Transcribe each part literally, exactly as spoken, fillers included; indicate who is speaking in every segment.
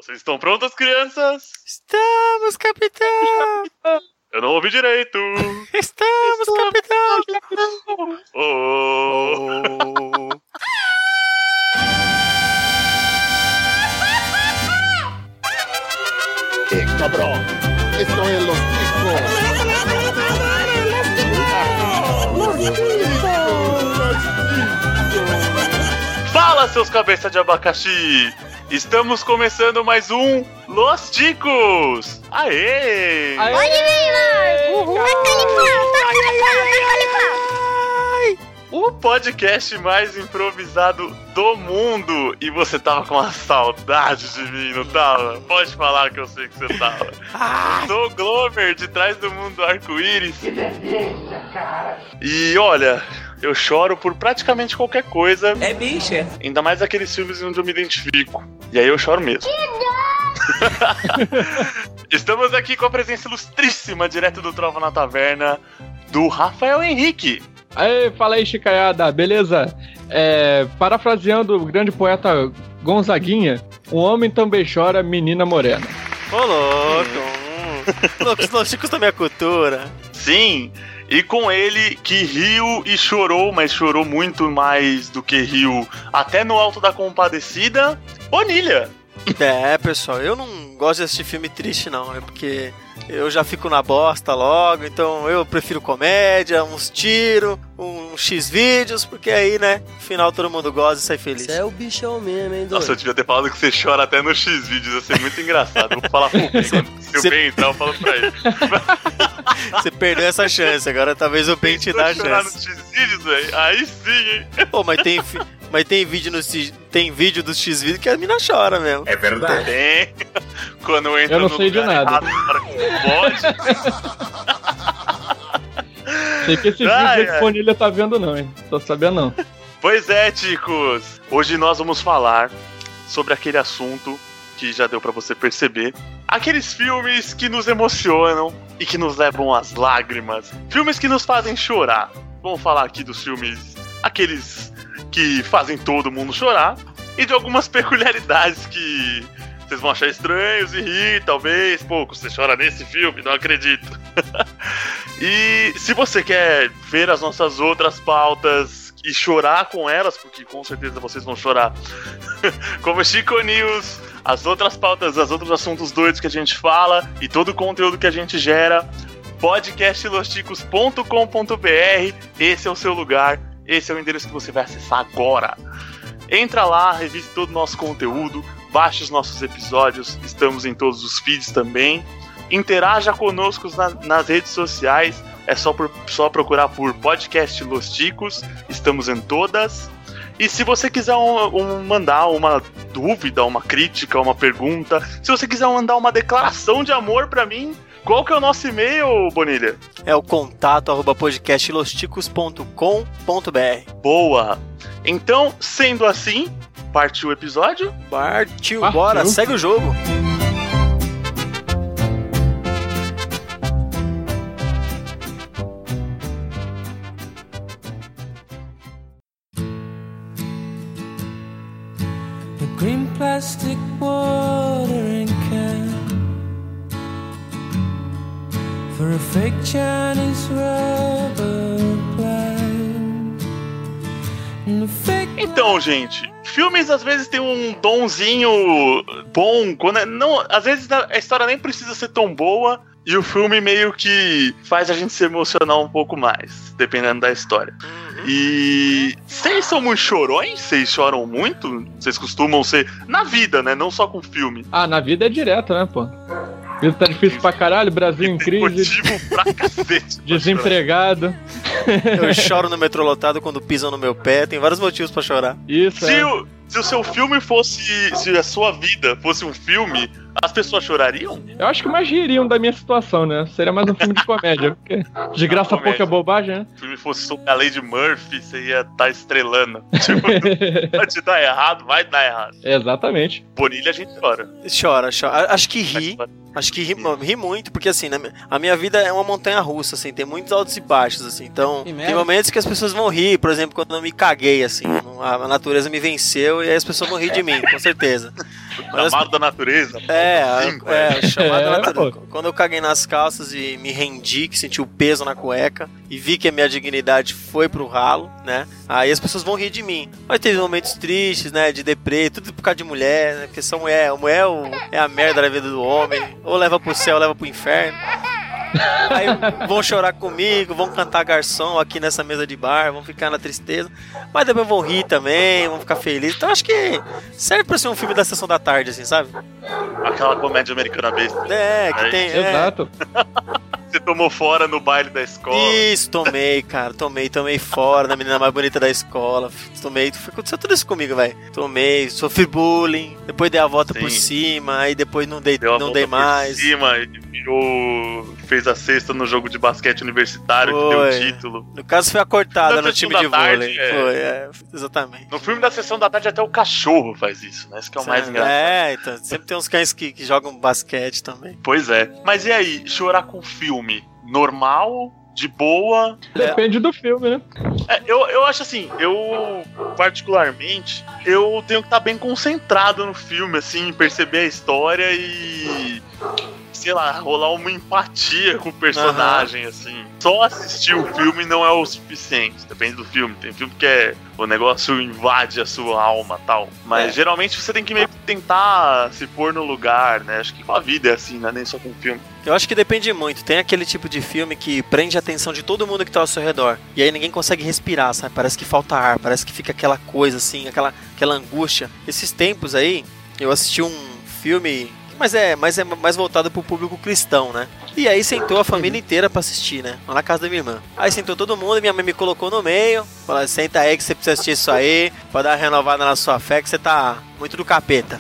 Speaker 1: Vocês estão prontas, crianças?
Speaker 2: Estamos, capitão!
Speaker 1: Eu não ouvi direito!
Speaker 2: Estamos, Estamos capitão!
Speaker 1: capitão. Oh.
Speaker 2: Oh.
Speaker 3: ¡Eh, cabrón! ¡Esto es Los Ticos! ¡Los Ticos!
Speaker 1: Fala, seus cabeça de abacaxi! Estamos começando mais um Los Ticos! Aê!
Speaker 4: Aê! Oi, meninas! Uhul!
Speaker 1: O podcast mais improvisado do mundo. E você tava com uma saudade de mim, não tava? Pode falar que eu sei que você tava. Eu sou o Glover, de trás do mundo do arco-íris.
Speaker 5: Que delícia, cara!
Speaker 1: E olha, eu choro por praticamente qualquer coisa.
Speaker 2: É bicha.
Speaker 1: Ainda mais aqueles filmes onde eu me identifico. E aí eu choro mesmo. Estamos aqui com a presença ilustríssima, direto do Trova na Taverna, do Rafael Henrique.
Speaker 6: Aê, fala aí, chicaiada, beleza? É, parafraseando o grande poeta Gonzaguinha, um homem também chora, menina morena.
Speaker 2: Ô, louco! Loucos, Los Ticos da minha cultura.
Speaker 1: Sim, e com ele que riu e chorou, mas chorou muito mais do que riu até no Alto da Compadecida, Bonilha.
Speaker 2: É, pessoal, eu não gosto de assistir filme triste, não. É porque eu já fico na bosta logo. Então eu prefiro comédia, uns tiros, uns X-vídeos. Porque aí, né, no final todo mundo gosta e sai feliz.
Speaker 7: Você é o bichão mesmo, hein, doido?
Speaker 1: Nossa, eu devia ter falado que você chora até nos X-vídeos. Ia ser muito engraçado. Eu vou falar pro Ben. Se o Ben entrar, eu falo pra ele.
Speaker 2: Você perdeu essa chance. Agora talvez o Ben te dá a chance.
Speaker 1: chorar nos X-vídeos, velho? Aí sim, hein?
Speaker 2: Pô, mas tem... Fi... Mas tem vídeo, no, tem vídeo dos X-Vídeos que a mina chora mesmo.
Speaker 1: É verdade. Tem. Quando entra
Speaker 6: eu não
Speaker 1: no
Speaker 6: sei de nada.
Speaker 1: Errado, pode.
Speaker 6: Sei que esse
Speaker 1: ai,
Speaker 6: vídeo
Speaker 1: ai.
Speaker 6: a Bonilha tá vendo não, hein? Tô sabendo não.
Speaker 1: Pois é, ticos. Hoje nós vamos falar sobre aquele assunto que já deu pra você perceber. Aqueles filmes que nos emocionam e que nos levam às lágrimas. Filmes que nos fazem chorar. Vamos falar aqui dos filmes, aqueles que fazem todo mundo chorar, e de algumas peculiaridades que vocês vão achar estranhos e rir, talvez. Pô, você chora nesse filme? Não acredito. E se você quer ver as nossas outras pautas e chorar com elas, porque com certeza vocês vão chorar, como Chico News, as outras pautas, os outros assuntos doidos que a gente fala e todo o conteúdo que a gente gera, podcast los ticos ponto com ponto b r, esse é o seu lugar. Esse é o endereço que você vai acessar agora. Entra lá, revise todo o nosso conteúdo, baixe os nossos episódios, estamos em todos os feeds também. Interaja conosco na, nas redes sociais, é só, por, só procurar por Podcast Los Ticos, estamos em todas. E se você quiser um, um, mandar uma dúvida, uma crítica, uma pergunta, se você quiser mandar uma declaração de amor pra mim, qual que é o nosso e-mail, Bonilha?
Speaker 2: É o contato arroba podcast los ticos ponto com ponto b r.
Speaker 1: Boa! Então, sendo assim, partiu o episódio?
Speaker 2: Partiu,
Speaker 6: Partiu.
Speaker 2: Bora, segue o jogo.
Speaker 8: The green plastic watering can for a fake Chinese rubber plant. And a fake
Speaker 1: Então, gente, filmes às vezes tem um donzinho bom, quando é, não, às vezes a história nem precisa ser tão boa e o filme meio que faz a gente se emocionar um pouco mais, dependendo da história. E vocês são muito chorões? Vocês choram muito? Vocês costumam ser na vida, né? Não só com filme.
Speaker 6: Ah, na vida é direto, né, pô? Vida tá difícil pra caralho, Brasil em
Speaker 1: Tem
Speaker 6: crise,
Speaker 1: motivo pra cacete. pra
Speaker 6: desempregado.
Speaker 2: Eu choro no metrô lotado quando pisam no meu pé. Tem vários motivos pra chorar.
Speaker 6: Isso,
Speaker 1: Se
Speaker 6: é.
Speaker 1: o, se o seu filme fosse... Se a sua vida fosse um filme, as pessoas chorariam?
Speaker 6: Eu acho que mais ririam da minha situação, né? Seria mais um filme de comédia. Porque de graça
Speaker 1: comédia.
Speaker 6: pouca bobagem, né?
Speaker 1: Se o filme fosse sobre a Lady Murphy, você ia estar estrelando. Tipo, pode dar errado, vai dar errado.
Speaker 6: Exatamente.
Speaker 1: Bonilha a gente chora.
Speaker 2: Chora, chora. Acho que ri.
Speaker 1: Mas-
Speaker 2: Acho que ri, ri muito, porque assim, né, a minha vida é uma montanha russa, assim, tem muitos altos e baixos, assim, então
Speaker 7: Que
Speaker 2: tem
Speaker 7: merda.
Speaker 2: momentos que as pessoas vão rir, por exemplo, quando eu me caguei, assim, a natureza me venceu e aí as pessoas vão rir de mim, com certeza.
Speaker 1: Chamado da natureza.
Speaker 2: É,
Speaker 1: Cinco,
Speaker 2: é, é, chamado
Speaker 6: É,
Speaker 2: da natureza.
Speaker 6: pô.
Speaker 2: Quando eu caguei nas calças e me rendi, que senti o peso na cueca e vi que a minha dignidade foi pro ralo, né? Aí as pessoas vão rir de mim. Mas teve momentos tristes, né? De deprê, tudo por causa de mulher, né? Porque são mulher, a mulher é a merda da vida do homem. Ou leva pro céu, ou leva pro inferno. Aí vão chorar comigo, vão cantar garçom aqui nessa mesa de bar, vão ficar na tristeza, mas depois vão rir também, vão ficar felizes. Então acho que serve pra ser um filme da sessão da tarde, assim, sabe?
Speaker 1: Aquela comédia americana besta.
Speaker 2: É, que
Speaker 1: Aí.
Speaker 2: tem. É.
Speaker 6: Exato.
Speaker 1: Você tomou fora no baile da escola.
Speaker 2: Isso, tomei, cara, tomei, tomei fora da menina mais bonita da escola. Tomei, aconteceu tudo isso comigo, velho. Tomei, sofri bullying, depois dei a volta
Speaker 1: Sim.
Speaker 2: por cima, aí depois não dei,
Speaker 1: Deu a
Speaker 2: não
Speaker 1: volta
Speaker 2: dei
Speaker 1: por
Speaker 2: mais.
Speaker 1: cima e virou, fez a cesta no jogo de basquete universitário
Speaker 2: Foi.
Speaker 1: que deu o título.
Speaker 2: No caso foi a cortada
Speaker 1: Na
Speaker 2: no
Speaker 1: sessão
Speaker 2: time de
Speaker 1: da tarde,
Speaker 2: vôlei.
Speaker 1: é.
Speaker 2: Foi, é, exatamente.
Speaker 1: No filme da Sessão da Tarde até o cachorro faz isso, né? Esse que é o mais engraçado.
Speaker 2: É, então, sempre tem uns cães que, que jogam basquete também.
Speaker 1: Pois é. Mas e aí, chorar com filme normal, de boa?
Speaker 6: Depende do filme, né?
Speaker 1: É, eu, eu acho assim, eu particularmente, eu tenho que estar bem concentrado no filme, assim, perceber a história e, sei lá, rolar uma empatia com o personagem, assim. Só assistir o filme não é o suficiente, depende do filme. Tem filme que é, o negócio invade a sua alma e tal. Mas
Speaker 2: É.
Speaker 1: geralmente você tem que meio que tentar se pôr no lugar, né? Acho que com a vida é assim, não é nem só com o filme.
Speaker 2: Eu acho que depende muito. Tem aquele tipo de filme que prende a atenção de todo mundo que tá ao seu redor. E aí ninguém consegue respirar, sabe? Parece que falta ar, parece que fica aquela coisa assim, aquela, aquela angústia. Esses tempos aí, eu assisti um filme, mas é, mas é mais voltado pro público cristão, né? E aí sentou a família inteira pra assistir, né? Lá na casa da minha irmã. Aí sentou todo mundo, minha mãe me colocou no meio. Falou, senta aí que você precisa assistir isso aí, pra dar uma renovada na sua fé, que você tá muito do capeta.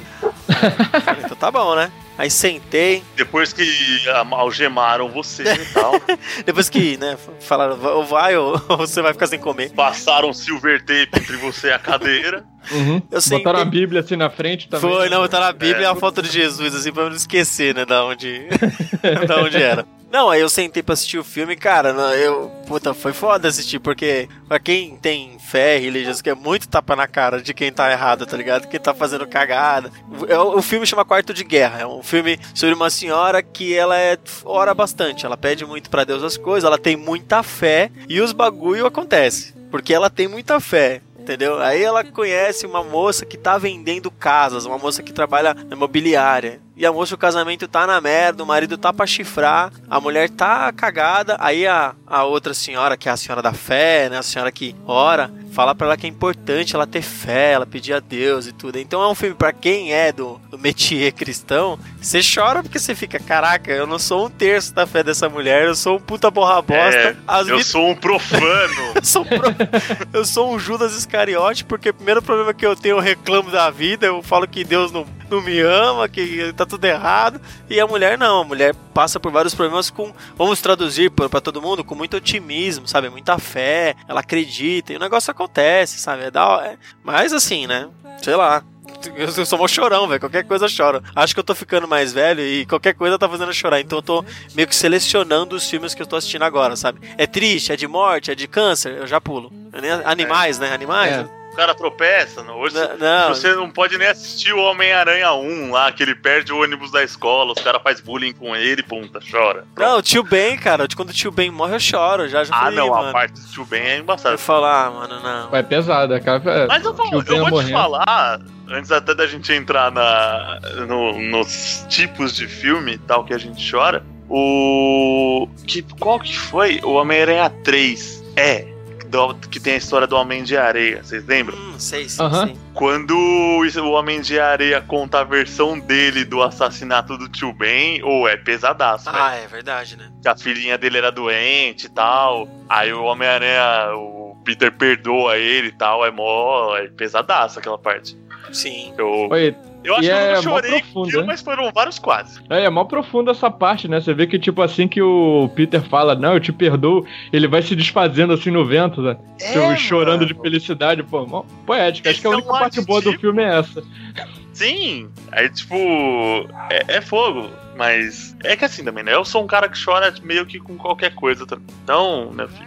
Speaker 2: Falei, então tá bom, né? Aí sentei,
Speaker 1: Depois que algemaram você e tal,
Speaker 2: depois que, né, falaram, ou vai ou você vai ficar sem comer.
Speaker 1: passaram silver tape entre você e a cadeira.
Speaker 6: Uhum.
Speaker 2: Eu sentei-
Speaker 6: Botaram a Bíblia assim na frente também.
Speaker 2: Foi, não, tá na Bíblia
Speaker 1: É.
Speaker 2: a foto de Jesus, assim, pra eu não esquecer, né, da onde, da onde era. Não, aí eu sentei pra assistir o filme, cara, não, eu, puta, foi foda assistir, porque pra quem tem fé religiosa, que é muito tapa na cara de quem tá errado, tá ligado? Quem tá fazendo cagada. O, o filme chama Quarto de Guerra, é um filme sobre uma senhora que ela é, ora bastante, ela pede muito pra Deus as coisas, ela tem muita fé e os bagulho acontece, porque ela tem muita fé. Entendeu? Aí ela conhece uma moça que tá vendendo casas, uma moça que trabalha na imobiliária. E a moça, o casamento tá na merda, o marido tá pra chifrar, a mulher tá cagada. Aí a, a outra senhora, que é a senhora da fé, né? A senhora que ora, fala pra ela que é importante ela ter fé, ela pedir a Deus e tudo. Então é um filme pra quem é do, do métier cristão, você chora porque você fica, caraca, eu não sou um terço da fé dessa mulher, eu sou um puta borra bosta.
Speaker 1: É,
Speaker 2: As
Speaker 1: eu
Speaker 2: vi-
Speaker 1: sou um profano.
Speaker 2: eu sou, pro- eu sou um Judas Iscariote, porque o primeiro problema que eu tenho, eu reclamo da vida, eu falo que Deus não, não me ama, que tá tudo errado, e a mulher não, a mulher passa por vários problemas com, vamos traduzir pra, pra todo mundo, com muito otimismo, sabe, muita fé, ela acredita, e o negócio acontece, sabe, é da hora. Mas assim, né, sei lá, eu sou mó chorão, velho. Qualquer coisa eu choro. Acho que eu tô ficando mais velho e qualquer coisa tá fazendo eu chorar. Então eu tô meio que selecionando os filmes que eu tô assistindo agora, sabe? É triste, é de morte, é de câncer, eu já pulo. Animais, né? Animais.
Speaker 6: É.
Speaker 1: O cara tropeça, não? Hoje
Speaker 2: Não, não.
Speaker 1: você não pode nem assistir o Homem-Aranha um lá, que ele perde o ônibus da escola, os caras fazem bullying com ele, ponta, chora.
Speaker 2: Não, o tio Ben, cara. Quando o tio Ben morre, eu choro. Já, já
Speaker 1: Ah,
Speaker 2: falei,
Speaker 1: não,
Speaker 2: mano.
Speaker 1: a parte do tio Ben é embaçada.
Speaker 2: Eu falo, ah, mano, não.
Speaker 6: É pesada, cara.
Speaker 1: Mas eu vou,
Speaker 6: Tio
Speaker 1: eu
Speaker 6: Ben
Speaker 1: vou te
Speaker 6: morrendo.
Speaker 1: falar, antes até da gente entrar na, no- nos tipos de filme e tal que a gente chora, o. Que, qual que foi? O Homem-Aranha três. É. Do, que tem a história do Homem de Areia, vocês lembram?
Speaker 2: Hum, sei, sim,
Speaker 6: Aham.
Speaker 2: sim.
Speaker 1: Quando o Homem de Areia conta a versão dele do assassinato do tio Ben, ou é pesadaço,
Speaker 2: Ah,
Speaker 1: velho.
Speaker 2: é verdade, né?
Speaker 1: Que a filhinha dele era doente e tal. Aí o Homem-Aranha, o Peter perdoa ele e tal. É mó. É pesadaço aquela parte.
Speaker 2: Sim.
Speaker 1: Eu,
Speaker 6: Oi,
Speaker 1: eu acho
Speaker 6: e
Speaker 1: que eu
Speaker 6: é
Speaker 1: não
Speaker 6: mó
Speaker 1: chorei
Speaker 6: profundo,
Speaker 1: aquilo,
Speaker 6: né?
Speaker 1: mas foram vários quase.
Speaker 6: é, é mó profunda essa parte, né? Você vê que, tipo, assim que o Peter fala, não, eu te perdoo, ele vai se desfazendo assim no vento, né? Tipo, chorando
Speaker 1: mano.
Speaker 6: de felicidade, pô, mó poética. Acho
Speaker 1: Esse
Speaker 6: que a
Speaker 1: é
Speaker 6: única
Speaker 1: um
Speaker 6: parte boa do
Speaker 1: aditivo.
Speaker 6: filme é essa.
Speaker 1: Sim, aí tipo, é, é fogo, mas é que assim também, né? Eu sou um cara que chora meio que com qualquer coisa também. Então, meu filho.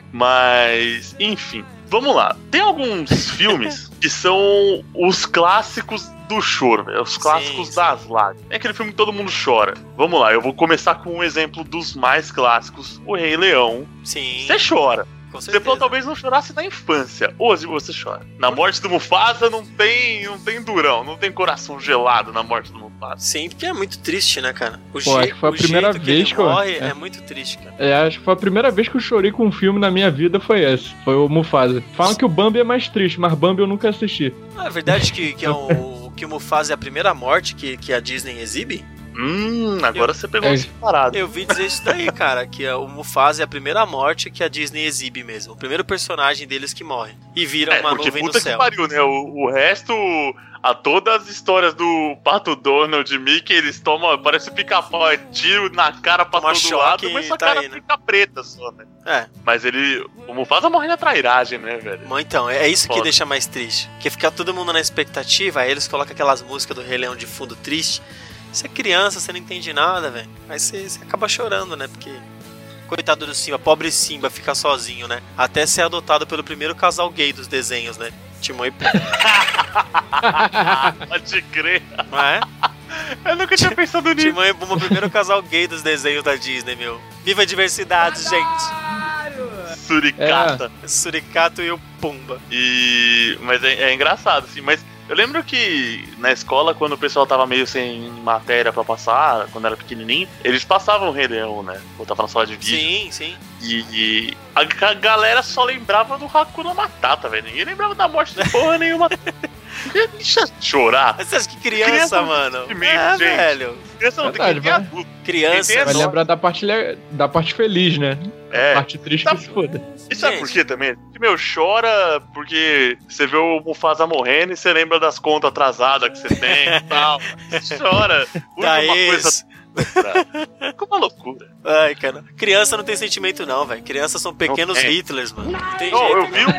Speaker 1: Mas, enfim, vamos lá. Tem alguns filmes que são os clássicos do choro, véio, os clássicos
Speaker 2: Sim, sim.
Speaker 1: das lágrimas. É aquele filme que todo mundo chora. Vamos lá, eu vou começar com um exemplo dos mais clássicos, O Rei Leão.
Speaker 2: Sim.
Speaker 1: Você chora.
Speaker 2: Com
Speaker 1: Você
Speaker 2: certeza.
Speaker 1: falou talvez não chorasse na infância. Hoje você chora. Na morte do Mufasa não tem, não tem durão, não tem coração gelado na morte do Mufasa.
Speaker 2: Sim, porque é muito triste, né, cara? O,
Speaker 6: Pô, acho que foi a
Speaker 2: o
Speaker 6: primeira
Speaker 2: jeito
Speaker 6: vez
Speaker 2: que
Speaker 6: que
Speaker 2: ele
Speaker 6: eu-
Speaker 2: morre é.
Speaker 6: é.
Speaker 2: muito triste, cara.
Speaker 6: É, acho que foi a primeira vez que eu chorei com um filme na minha vida, foi esse. Foi o Mufasa. Falam que o Bambi é mais triste, mas Bambi eu nunca assisti.
Speaker 2: Ah, é verdade que, que, é o, que o Mufasa é a primeira morte que, que a Disney exibe?
Speaker 1: Hum, agora você pegou
Speaker 6: É.
Speaker 1: essa parada.
Speaker 2: Eu vi dizer isso daí, cara, que é o Mufasa é a primeira morte que a Disney exibe mesmo. O primeiro personagem deles que morre. E vira
Speaker 1: É,
Speaker 2: uma
Speaker 1: porque
Speaker 2: nuvem no
Speaker 1: puta que
Speaker 2: céu.
Speaker 1: pariu, né? O, o resto, a todas as histórias do Pato Donald e Mickey, eles tomam, parece pica-pau, é tiro na cara pra
Speaker 2: Toma
Speaker 1: todo
Speaker 2: choque
Speaker 1: lado, mas
Speaker 2: e
Speaker 1: sua
Speaker 2: tá
Speaker 1: cara
Speaker 2: aí, né?
Speaker 1: fica preta só, né?
Speaker 2: É,
Speaker 1: Mas ele, o Mufasa morre na trairagem, né, velho?
Speaker 2: mas então, é isso que
Speaker 1: Foda.
Speaker 2: deixa mais triste. Porque fica todo mundo na expectativa, aí eles colocam aquelas músicas do Rei Leão de fundo triste. Você é criança, você não entende nada, velho. Aí você, você acaba chorando, né? Porque, coitado do Simba, pobre Simba, fica sozinho, né? Até ser adotado pelo primeiro casal gay dos desenhos, né? Timão e Pumba,
Speaker 1: Pode crer.
Speaker 2: não é?
Speaker 1: Eu nunca tinha pensado nisso.
Speaker 2: Timão e Pumba, o primeiro casal gay dos desenhos da Disney, meu. Viva a diversidade, gente.
Speaker 1: Suricata.
Speaker 2: Suricato e o Pumba.
Speaker 1: E... Mas é, é engraçado, assim. Mas eu lembro que na escola, quando o pessoal tava meio sem matéria pra passar, quando era pequenininho, eles passavam o Rei Leão, né? Eu tava na sala de vídeo.
Speaker 2: Sim, sim.
Speaker 1: E, e a, a galera só lembrava do Hakuna Matata, velho. Ninguém lembrava da morte de porra nenhuma. Deixa chorar.
Speaker 2: Mas você acha que criança,
Speaker 1: Criança
Speaker 2: mano?
Speaker 1: sentimento,
Speaker 2: É,
Speaker 1: gente.
Speaker 2: velho.
Speaker 1: Criança não tem
Speaker 6: Verdade,
Speaker 1: que ter
Speaker 6: vai.
Speaker 1: adulto.
Speaker 2: Criança.
Speaker 1: Quem tem
Speaker 6: Vai
Speaker 1: Só-
Speaker 6: lembrar da parte, le- da parte feliz, né?
Speaker 1: É.
Speaker 6: A parte triste
Speaker 1: Tá-
Speaker 6: que se foda.
Speaker 1: E sabe
Speaker 2: Gente.
Speaker 1: por quê também? Que, meu, chora porque você vê o Mufasa morrendo e você lembra das contas atrasadas que você tem e tal. Você chora. Usa
Speaker 2: Da
Speaker 1: uma
Speaker 2: ex.
Speaker 1: coisa. Fica uma loucura.
Speaker 2: Ai, cara. Criança não tem sentimento, não, velho. Crianças são pequenos
Speaker 1: Não tem.
Speaker 2: Hitlers, mano. Não tem
Speaker 1: Não,
Speaker 2: jeito.
Speaker 1: eu vi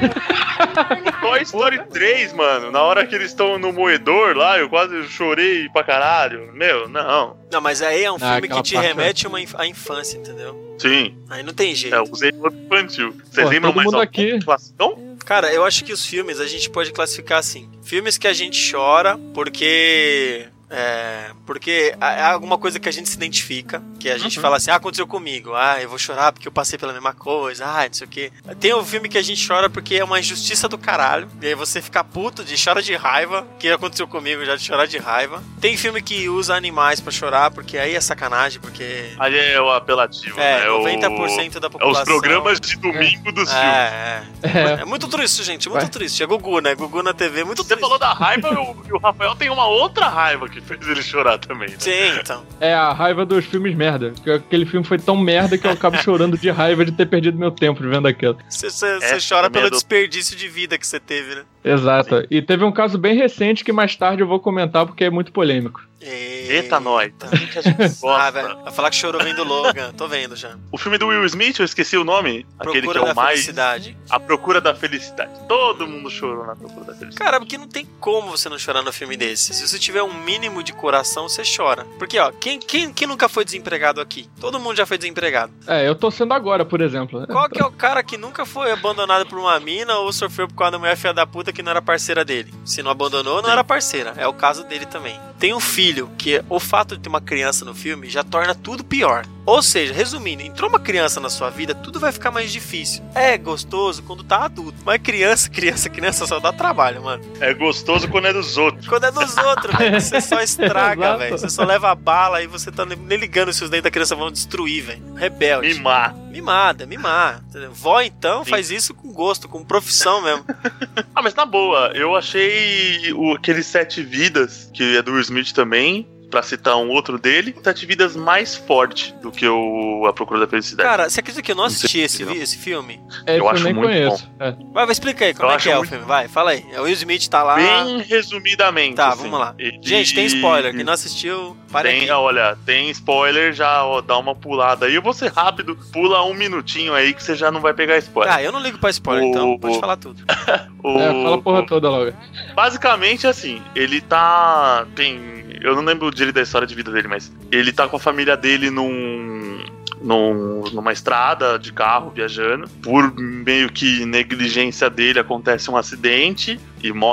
Speaker 1: o, o Toy Story três, mano. Na hora que eles estão no moedor lá, eu quase chorei pra caralho. Meu, não.
Speaker 2: Não, mas aí é um
Speaker 6: Ah,
Speaker 2: filme que
Speaker 6: aquela
Speaker 2: te
Speaker 6: parte-
Speaker 2: remete uma inf- à infância, entendeu?
Speaker 1: Sim.
Speaker 2: Aí não tem jeito.
Speaker 1: É, eu usei outro infantil. Vocês
Speaker 6: Pô,
Speaker 1: lembram
Speaker 6: todo
Speaker 1: mais
Speaker 6: mundo
Speaker 1: alguma
Speaker 6: aqui-
Speaker 1: classificação?
Speaker 2: Cara, eu acho que os filmes a gente pode classificar assim. Filmes que a gente chora porque... É, porque é alguma coisa que a gente se identifica, que a gente
Speaker 1: Uhum.
Speaker 2: fala assim, ah, aconteceu comigo, ah, eu vou chorar porque eu passei pela mesma coisa, ah, não sei o que. Tem o filme que a gente chora porque é uma injustiça do caralho, e aí você fica puto, de chora de raiva, que aconteceu comigo já de chorar de raiva. Tem filme que usa animais pra chorar, porque aí é sacanagem, porque...
Speaker 1: Aí é o apelativo,
Speaker 2: É,
Speaker 1: né?
Speaker 2: noventa por
Speaker 1: O...
Speaker 2: cento da
Speaker 1: É
Speaker 2: população...
Speaker 1: os programas de domingo dos filmes.
Speaker 2: É, é.
Speaker 6: É.
Speaker 2: É muito triste, gente, muito
Speaker 6: Vai.
Speaker 2: triste. É Gugu, né? Gugu na T V, muito
Speaker 1: Você
Speaker 2: triste.
Speaker 1: falou da raiva e o, e o Rafael tem uma outra raiva que fez ele chorar também, né?
Speaker 2: Sim, então.
Speaker 6: É a raiva dos filmes merda. Porque aquele filme foi tão merda que eu acabo chorando de raiva de ter perdido meu tempo vendo aquilo.
Speaker 2: Você, você,
Speaker 1: Essa
Speaker 2: você chora
Speaker 1: também
Speaker 2: pelo
Speaker 1: é do-
Speaker 2: desperdício de vida que você teve, né?
Speaker 6: Exato. E teve um caso bem recente que mais tarde eu vou comentar porque é muito polêmico.
Speaker 1: Eita, nós. Assim que a gente
Speaker 2: Ah,
Speaker 1: gosta.
Speaker 2: velho. Vai falar que chorou vendo Logan. Tô vendo já.
Speaker 1: O filme do Will Smith, eu esqueci o nome. Aquele
Speaker 2: Procura
Speaker 1: que é
Speaker 2: da
Speaker 1: o mais.
Speaker 2: Felicidade.
Speaker 1: A Procura da Felicidade. Todo mundo chorou na Procura da Felicidade.
Speaker 2: Cara, porque não tem como você não chorar no filme desse. Se você tiver um mínimo de coração, você chora. Porque, ó, quem, quem, quem nunca foi desempregado aqui? Todo mundo já foi desempregado.
Speaker 6: É, eu tô sendo agora, por exemplo.
Speaker 2: Qual que é o cara que nunca foi abandonado por uma mina ou sofreu por causa da mulher filha da puta que não era parceira dele? Se não abandonou, não era parceira. É o caso dele também. Tem um filho que o fato de ter uma criança no filme já torna tudo pior. Ou seja, resumindo, entrou uma criança na sua vida, tudo vai ficar mais difícil. É gostoso quando tá adulto. Mas criança, criança, criança só dá trabalho, mano.
Speaker 1: É gostoso quando é dos outros.
Speaker 2: Quando é dos outros, velho, você só estraga,
Speaker 6: Exato.
Speaker 2: velho. Você só leva a bala e você tá nem ligando se os dentes da criança vão destruir, velho. Rebelde.
Speaker 1: Mimar.
Speaker 2: Mimada, mimar. Entendeu? Vó, então,
Speaker 1: Sim.
Speaker 2: faz isso com gosto, com profissão mesmo.
Speaker 1: Ah, mas na boa, eu achei o, aquele Sete Vidas, que é do Will Smith também, pra citar um outro dele, Sete Vidas mais forte do que o A Procura da Felicidade.
Speaker 2: Cara, você acredita que eu não
Speaker 1: Não
Speaker 2: assisti
Speaker 1: sei
Speaker 2: esse,
Speaker 1: se não.
Speaker 2: vi- esse filme?
Speaker 6: Esse eu,
Speaker 1: acho
Speaker 6: nem
Speaker 1: muito
Speaker 6: conheço. É.
Speaker 2: Vai, vai, explica aí, como
Speaker 1: Eu
Speaker 2: é que
Speaker 1: acho
Speaker 2: é o
Speaker 1: muito-
Speaker 2: filme? Vai, fala aí. O Will Smith tá lá.
Speaker 1: Bem resumidamente.
Speaker 2: Tá,
Speaker 1: assim.
Speaker 2: vamos lá.
Speaker 1: Ele-
Speaker 2: Gente, tem spoiler. Quem não assistiu, para
Speaker 1: Tem,
Speaker 2: aqui.
Speaker 1: olha, tem spoiler, já ó, dá uma pulada aí. Eu vou ser rápido, pula um minutinho aí que você já não vai pegar spoiler.
Speaker 2: Ah, eu não ligo pra spoiler,
Speaker 1: O-
Speaker 2: então pode
Speaker 1: o-
Speaker 2: falar tudo.
Speaker 1: O-
Speaker 6: É, fala a porra toda logo.
Speaker 1: Basicamente, assim, ele tá. Tem. Eu não lembro direito da história de vida dele, mas ele tá com a família dele num. Num, numa estrada de carro viajando. Por meio que negligência dele acontece um acidente e morre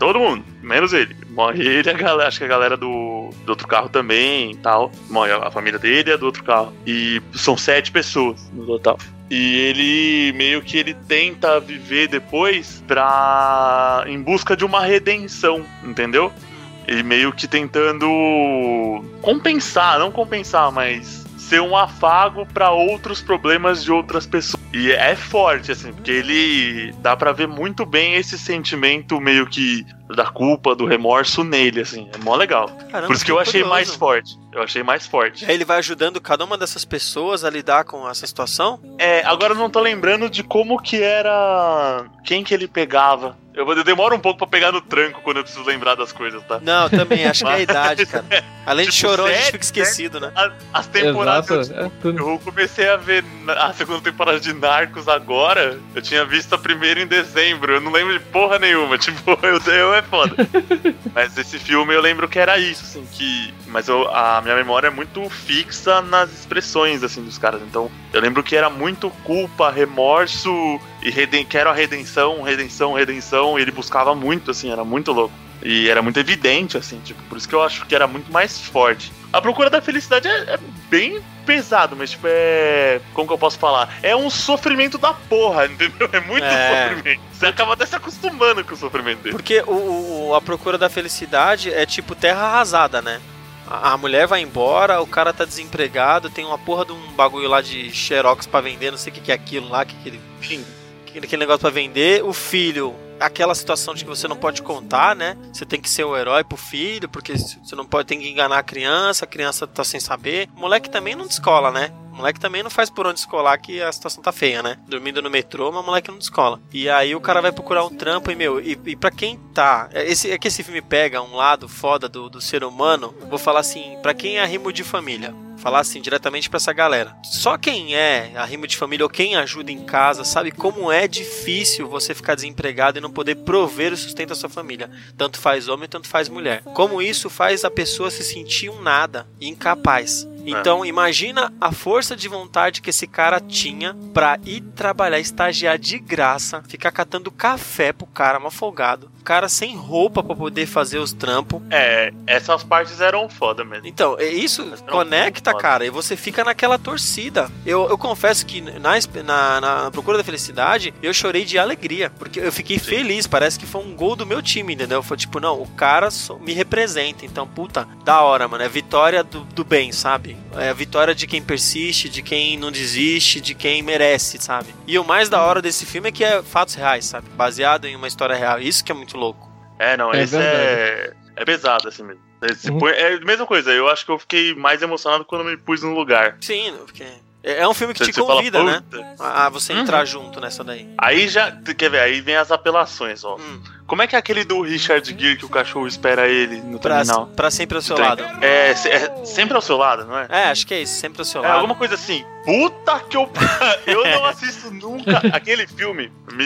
Speaker 1: todo mundo, menos ele. Morre ele e a galera, acho que a galera do, do outro carro também e tal. Morre a família dele e a do outro carro. E são sete pessoas no total. E ele meio que ele tenta viver depois pra... em busca de uma redenção, entendeu? Ele meio que tentando compensar, não compensar, mas ser um afago pra outros problemas de outras pessoas. E é forte, assim, porque ele dá pra ver muito bem esse sentimento meio que da culpa, do remorso nele, assim, é mó legal.
Speaker 2: Caramba,
Speaker 1: por isso que eu achei
Speaker 2: curioso.
Speaker 1: mais forte. Eu achei mais forte.
Speaker 2: Aí ele vai ajudando cada uma dessas pessoas a lidar com essa situação?
Speaker 1: É, agora eu não tô lembrando de como que era... Quem que ele pegava. Eu, eu demoro um pouco pra pegar no tranco quando eu preciso lembrar das coisas, tá?
Speaker 2: Não, também, acho que é a idade, cara. Além de
Speaker 1: Tipo,
Speaker 2: chorão, a gente
Speaker 1: sete,
Speaker 2: fica esquecido, né?
Speaker 1: A- As temporadas...
Speaker 6: Exato,
Speaker 1: eu,
Speaker 6: é tudo.
Speaker 1: eu comecei a ver a segunda temporada de Narcos agora. Eu tinha visto a primeira em dezembro. Eu não lembro de porra nenhuma. Tipo, eu, eu é foda. Mas esse filme eu lembro que era isso, assim, que... Mas eu, a minha memória é muito fixa nas expressões, assim, dos caras. Então, eu lembro que era muito culpa, remorso e reden... quero a redenção, redenção, redenção. E ele buscava muito, assim, era muito louco. E era muito evidente, assim, tipo, por isso que eu acho que era muito mais forte. A Procura da Felicidade é, é bem pesado, mas, tipo, é... Como que eu posso falar? É um sofrimento da porra, entendeu? É muito
Speaker 2: É.
Speaker 1: sofrimento. Você acaba até se acostumando com o sofrimento dele.
Speaker 2: Porque o, o- a procura da felicidade é tipo terra arrasada, né? A, a mulher vai embora, o cara tá desempregado, tem uma porra de um bagulho lá de xerox pra vender, não sei o que, que é aquilo lá, que aquele, aquele, aquele negócio pra vender. O filho, aquela situação de que você não pode contar, né? Você tem que ser o herói pro filho, porque você não pode, tem que enganar a criança, a criança tá sem saber. O moleque também não descola, né? O moleque também não faz por onde descolar, que a situação tá feia, né? Dormindo no metrô, mas o moleque não descola. E aí o cara vai procurar um trampo e, meu, e, e pra quem tá... Esse, é que esse filme pega um lado foda do, do ser humano, vou falar assim, pra quem é arrimo de família. Falar assim, diretamente pra essa galera. Só quem é arrimo de família ou quem ajuda em casa sabe como é difícil você ficar desempregado e não poder prover o sustento da sua família. Tanto faz homem, tanto faz mulher. Como isso faz a pessoa se sentir um nada, incapaz. Então, imagina a força de vontade que esse cara tinha pra ir trabalhar, estagiar de graça, ficar catando café pro cara, mal folgado. O cara sem roupa pra poder fazer os trampos.
Speaker 1: É, essas partes eram foda mesmo.
Speaker 2: Então, é isso conecta, cara, e você fica naquela torcida. Eu, eu confesso que na, na, na Procura da Felicidade, eu chorei de alegria, porque eu fiquei Sim. feliz, parece que foi um gol do meu time, entendeu? Foi tipo, não, o cara só me representa, então, puta, da hora, mano, é vitória do, do bem, sabe? É a vitória de quem persiste, de quem não desiste, de quem merece, sabe? E o mais da hora desse filme é que é fatos reais, sabe? Baseado em uma história real, isso que é muito louco.
Speaker 1: É, não,
Speaker 6: É
Speaker 1: esse é, é pesado, assim mesmo. Esse
Speaker 6: Uhum.
Speaker 1: põe- é a mesma coisa, eu acho que eu fiquei mais emocionado quando me pus no lugar.
Speaker 2: Sim, porque é um filme que
Speaker 1: Você-
Speaker 2: te
Speaker 1: você fala,
Speaker 2: convida, né?
Speaker 1: "Puta".
Speaker 2: A você entrar junto nessa daí.
Speaker 1: Aí já, quer ver, aí vem as apelações, ó.
Speaker 2: Hum.
Speaker 1: Como é que é aquele do Richard Gere que o cachorro espera ele no
Speaker 2: Pra,
Speaker 1: terminal?
Speaker 2: pra sempre ao seu
Speaker 1: Tem-
Speaker 2: lado.
Speaker 1: É, se- é sempre ao seu lado, não é?
Speaker 2: É, acho que é isso, sempre ao seu
Speaker 1: É
Speaker 2: lado.
Speaker 1: alguma coisa assim. Puta que eu... eu não assisto nunca. Aquele filme me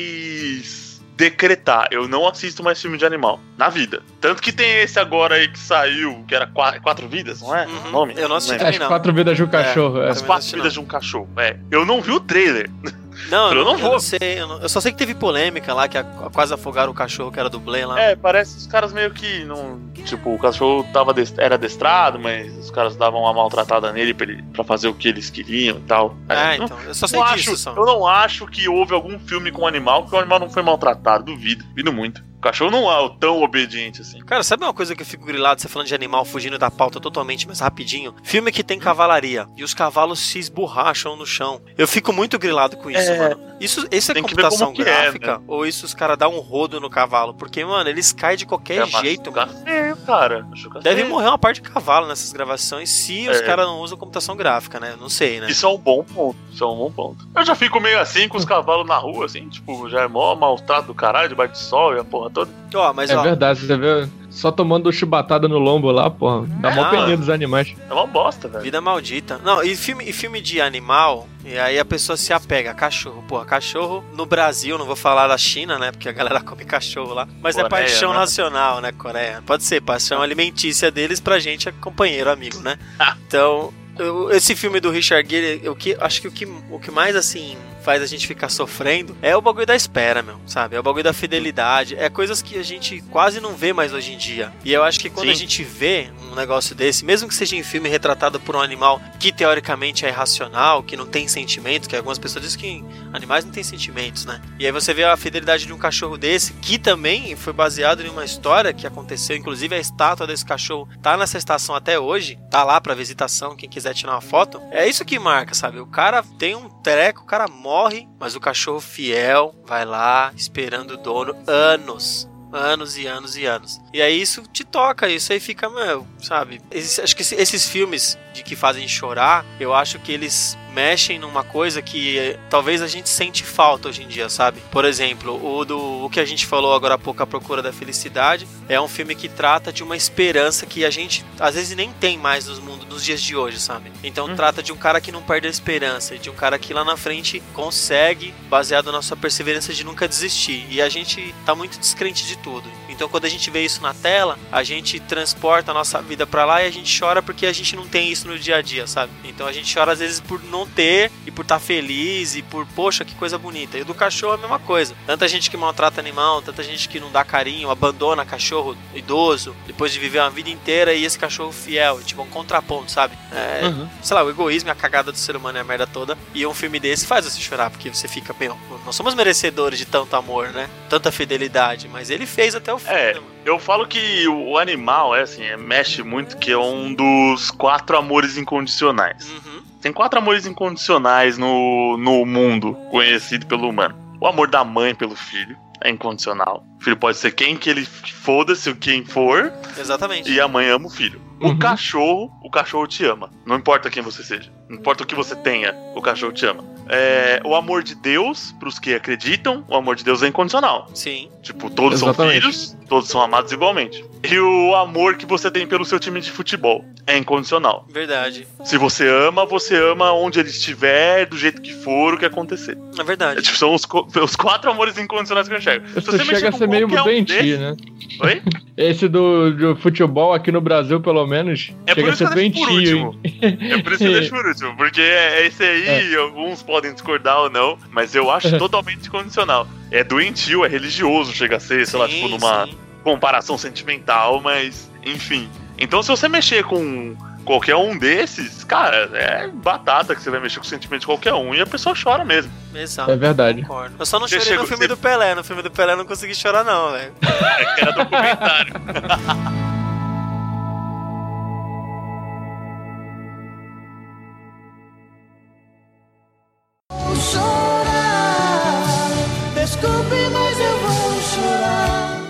Speaker 1: fez decretar. Eu não assisto mais filme de animal. Na vida. Tanto que tem esse agora aí que saiu, que era Quatro, quatro Vidas, não é?
Speaker 2: Uhum.
Speaker 1: O nome?
Speaker 2: Eu não assisti
Speaker 1: lembro.
Speaker 6: É, as quatro vidas de um cachorro. É.
Speaker 1: As
Speaker 2: também não
Speaker 1: Quatro
Speaker 2: assisti,
Speaker 1: Vidas
Speaker 2: não.
Speaker 1: de um Cachorro. É. Eu não vi o trailer.
Speaker 2: Não,
Speaker 1: Eu
Speaker 2: eu
Speaker 1: não
Speaker 2: não,
Speaker 1: vou.
Speaker 2: eu não sei. Eu, não- eu só sei que teve polêmica lá, que a- quase afogaram o cachorro que era dublê lá.
Speaker 1: É, parece que os caras meio que não. Tipo, o cachorro tava dest- era adestrado, mas os caras davam uma maltratada nele pra, ele, pra fazer o que eles queriam e tal.
Speaker 2: É,
Speaker 1: não-
Speaker 2: então. Eu só sei
Speaker 1: não
Speaker 2: disso,
Speaker 1: acho,
Speaker 2: só.
Speaker 1: eu não acho que houve algum filme com um animal que o animal não foi maltratado. Duvido, duvido muito. O cachorro não é o tão obediente assim.
Speaker 2: Cara, sabe uma coisa que eu fico grilado, você falando de animal, fugindo da pauta totalmente, mas rapidinho? Filme que tem cavalaria e os cavalos se esborracham no chão. Eu fico muito grilado com isso,
Speaker 1: É.
Speaker 2: mano. Isso, isso é
Speaker 1: Tem que ver
Speaker 2: computação
Speaker 1: como que é,
Speaker 2: gráfica?
Speaker 1: né?
Speaker 2: Ou isso os caras dão um rodo no cavalo? Porque, mano, eles caem de qualquer
Speaker 1: mas
Speaker 2: jeito,
Speaker 1: fica
Speaker 2: mano.
Speaker 1: feio, cara. Fica
Speaker 2: Deve
Speaker 1: feio.
Speaker 2: morrer uma parte de cavalo nessas gravações se os
Speaker 1: É.
Speaker 2: caras não usam computação gráfica, né? Não sei, né?
Speaker 1: Isso é um bom ponto. Isso é um bom ponto. Eu já fico meio assim com os cavalos na rua, assim, tipo, já é mó maltrato do caralho, debaixo de sol e a porra toda.
Speaker 2: Ó, mas
Speaker 6: É
Speaker 2: ó,
Speaker 6: verdade, você vê só tomando chibatada no lombo lá, porra. Dá mó
Speaker 2: Ah.
Speaker 6: peninha dos animais.
Speaker 1: É uma bosta, velho.
Speaker 2: vida maldita. Não, e filme, e filme de animal, e aí a pessoa se apega a cachorro. Porra, cachorro no Brasil, não vou falar da China, né? Porque a galera come cachorro lá. Mas é
Speaker 1: Coreia,
Speaker 2: paixão
Speaker 1: né?
Speaker 2: nacional, né, Coreia? Pode ser, paixão alimentícia deles pra gente é companheiro, amigo, né? Então, eu- esse filme do Richard Gere, o que, acho que o que, o que mais, assim, faz a gente ficar sofrendo, é o bagulho da espera, meu, sabe? É o bagulho da fidelidade, é coisas que a gente quase não vê mais hoje em dia. E eu acho que quando Sim. a gente vê um negócio desse, mesmo que seja em filme retratado por um animal que teoricamente é irracional, que não tem sentimentos, que algumas pessoas dizem que animais não têm sentimentos, né? E aí você vê a fidelidade de um cachorro desse, que também foi baseado em uma história que aconteceu, inclusive a estátua desse cachorro tá nessa estação até hoje, tá lá pra visitação, quem quiser tirar uma foto. É isso que marca, sabe? O cara tem um treco, o cara morre, mas o cachorro fiel vai lá esperando o dono anos. Anos e anos e anos. E aí isso te toca, isso aí fica, meu, sabe? Esses, acho que esses filmes de que fazem chorar, eu acho que eles mexem numa coisa que é, talvez a gente sente falta hoje em dia, sabe? Por exemplo, o, do, o que a gente falou agora há pouco, A Procura da Felicidade, é um filme que trata de uma esperança que a gente às vezes nem tem mais nos mundo, nos dias de hoje, sabe? Então hum. trata de um cara que não perde a esperança, de um cara que lá na frente consegue, baseado na sua perseverança de nunca desistir. E a gente tá muito descrente de tudo. Então quando a gente vê isso na tela, a gente transporta a nossa vida pra lá e a gente chora porque a gente não tem isso no dia a dia, sabe? Então a gente chora às vezes por não ter e por estar feliz e por, poxa, que coisa bonita. E o do cachorro é a mesma coisa. Tanta gente que maltrata animal, tanta gente que não dá carinho, abandona cachorro idoso depois de viver uma vida inteira, e esse cachorro fiel, tipo um contraponto, sabe? É, uhum. Sei lá, o egoísmo e a cagada do ser humano é a merda toda. E um filme desse faz você chorar, porque você fica, meu, nós somos merecedores de tanto amor, né? Tanta fidelidade, mas ele fez até o fim.
Speaker 1: É,
Speaker 2: né,
Speaker 1: eu falo que o animal, é assim, é, mexe muito, que é um dos quatro amores incondicionais. Uhum. Tem quatro amores incondicionais no, no mundo conhecido pelo humano. O amor da mãe pelo filho é incondicional. O filho pode ser quem que ele foda-se, quem for.
Speaker 2: Exatamente.
Speaker 1: E a mãe ama o filho. O
Speaker 6: Uhum.
Speaker 1: cachorro, o cachorro te ama. Não importa quem você seja. Não importa o que você tenha, o cachorro te ama. É, o amor de Deus, pros que acreditam, o amor de Deus é incondicional.
Speaker 2: Sim.
Speaker 1: Tipo, todos
Speaker 6: Exatamente.
Speaker 1: são filhos, todos são amados igualmente. E o amor que você tem pelo seu time de futebol é incondicional.
Speaker 2: Verdade.
Speaker 1: Se você ama, você ama onde ele estiver, do jeito que for, o que acontecer.
Speaker 2: É verdade.
Speaker 1: É, tipo, são os, os quatro amores incondicionais que eu enxergo. Se
Speaker 6: Isso
Speaker 1: você mexer
Speaker 6: chega a
Speaker 1: com
Speaker 6: ser meio
Speaker 1: qualquer um
Speaker 6: doentio,
Speaker 1: desses-
Speaker 6: né?
Speaker 1: Oi?
Speaker 6: Esse do, do futebol aqui no Brasil, pelo menos,
Speaker 1: É por
Speaker 6: chega a
Speaker 1: isso
Speaker 6: ser
Speaker 1: que eu deixo por
Speaker 6: doentio,
Speaker 1: último.
Speaker 6: hein?
Speaker 1: É por isso que eu deixo por último. Porque é esse aí, alguns podem discordar ou não, mas eu acho totalmente incondicional. É doentio, é religioso, chega a ser, sei lá,
Speaker 2: Sim,
Speaker 1: tipo, numa
Speaker 2: sim.
Speaker 1: comparação sentimental, mas, enfim. Então, se você mexer com qualquer um desses, cara, é batata que você vai mexer com o sentimento de qualquer um e a pessoa chora mesmo.
Speaker 2: Exato.
Speaker 6: É verdade.
Speaker 2: Concordo. Eu só não
Speaker 1: Você
Speaker 2: chorei
Speaker 1: chegou-
Speaker 2: no filme
Speaker 1: você-
Speaker 2: do Pelé. No filme do Pelé eu não consegui chorar, não, velho.
Speaker 1: É que era documentário.
Speaker 8: Chorar, desculpe, mas eu vou chorar.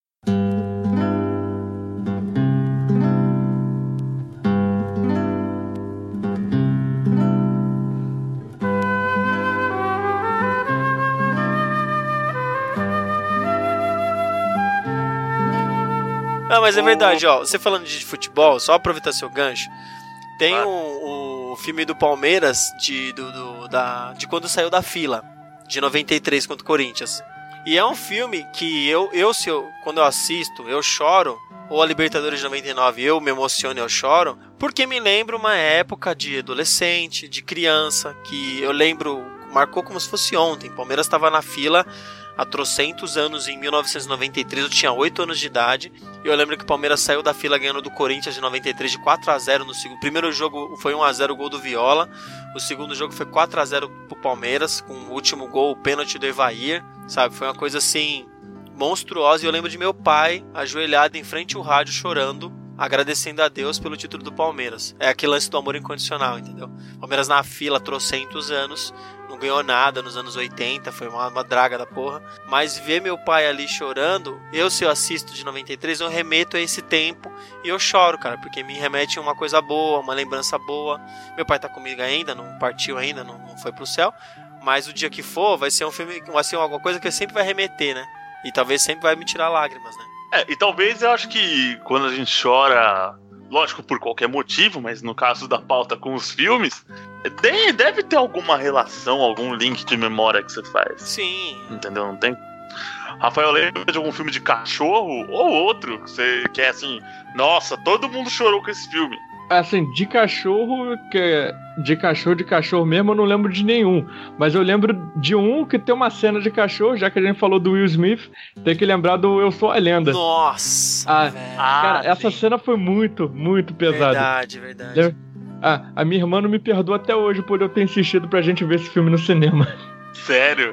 Speaker 2: Ah, mas é verdade, ó. Você falando de futebol, só aproveitar seu gancho. Tem
Speaker 1: Claro.
Speaker 2: o, o filme do Palmeiras de, do, do- da, de quando saiu da fila, de noventa e três contra o Corinthians. E é um filme que eu, eu, se eu quando eu assisto, eu choro. Ou a Libertadores de noventa e nove, eu me emociono e eu choro. Porque me lembra uma época de adolescente, de criança, que eu lembro, marcou como se fosse ontem. O Palmeiras estava na fila há trocentos anos, em mil novecentos e noventa e três, eu tinha oito anos de idade. E eu lembro que o Palmeiras saiu da fila ganhando do Corinthians de noventa e três de quatro a zero no segundo. O primeiro jogo foi um a zero, o gol do Viola. O segundo jogo foi quatro a zero pro Palmeiras, com o último gol, o pênalti do Evair, sabe? Foi uma coisa assim monstruosa. E eu lembro de meu pai ajoelhado em frente ao rádio chorando, agradecendo a Deus pelo título do Palmeiras. É aquele lance do amor incondicional, entendeu? Palmeiras na fila, trocentos anos, não ganhou nada nos anos oitenta, foi uma, uma draga da porra. Mas ver meu pai ali chorando, eu, se eu assisto de noventa e três, eu remeto a esse tempo e eu choro, cara, porque me remete a uma coisa boa, uma lembrança boa. Meu pai tá comigo ainda, não partiu ainda, não, não foi pro céu. Mas o dia que for, vai ser um filme, vai ser alguma coisa que sempre vai remeter, né? E talvez sempre vai me tirar lágrimas, né?
Speaker 1: É, e talvez eu acho que quando a gente chora, lógico, por qualquer motivo, mas no caso da pauta com os filmes, de- deve ter alguma relação, algum link de memória que você faz.
Speaker 2: Sim.
Speaker 1: Entendeu? Não tem? Rafael, lembra de algum filme de cachorro ou outro que você que é assim, nossa, todo mundo chorou com esse filme.
Speaker 6: assim, de cachorro, que de cachorro, de cachorro mesmo, eu não lembro de nenhum. Mas eu lembro de um que tem uma cena de cachorro, já que a gente falou do Will Smith, tem que lembrar do Eu Sou a Lenda.
Speaker 2: Nossa,
Speaker 6: Ah,
Speaker 2: velho.
Speaker 6: Cara,
Speaker 1: Ah,
Speaker 6: essa
Speaker 1: sim.
Speaker 6: cena foi muito, muito pesada.
Speaker 2: Verdade, verdade.
Speaker 6: Lembra? Ah, a minha irmã não me perdoa até hoje por eu ter insistido pra gente ver esse filme no cinema.
Speaker 1: Sério?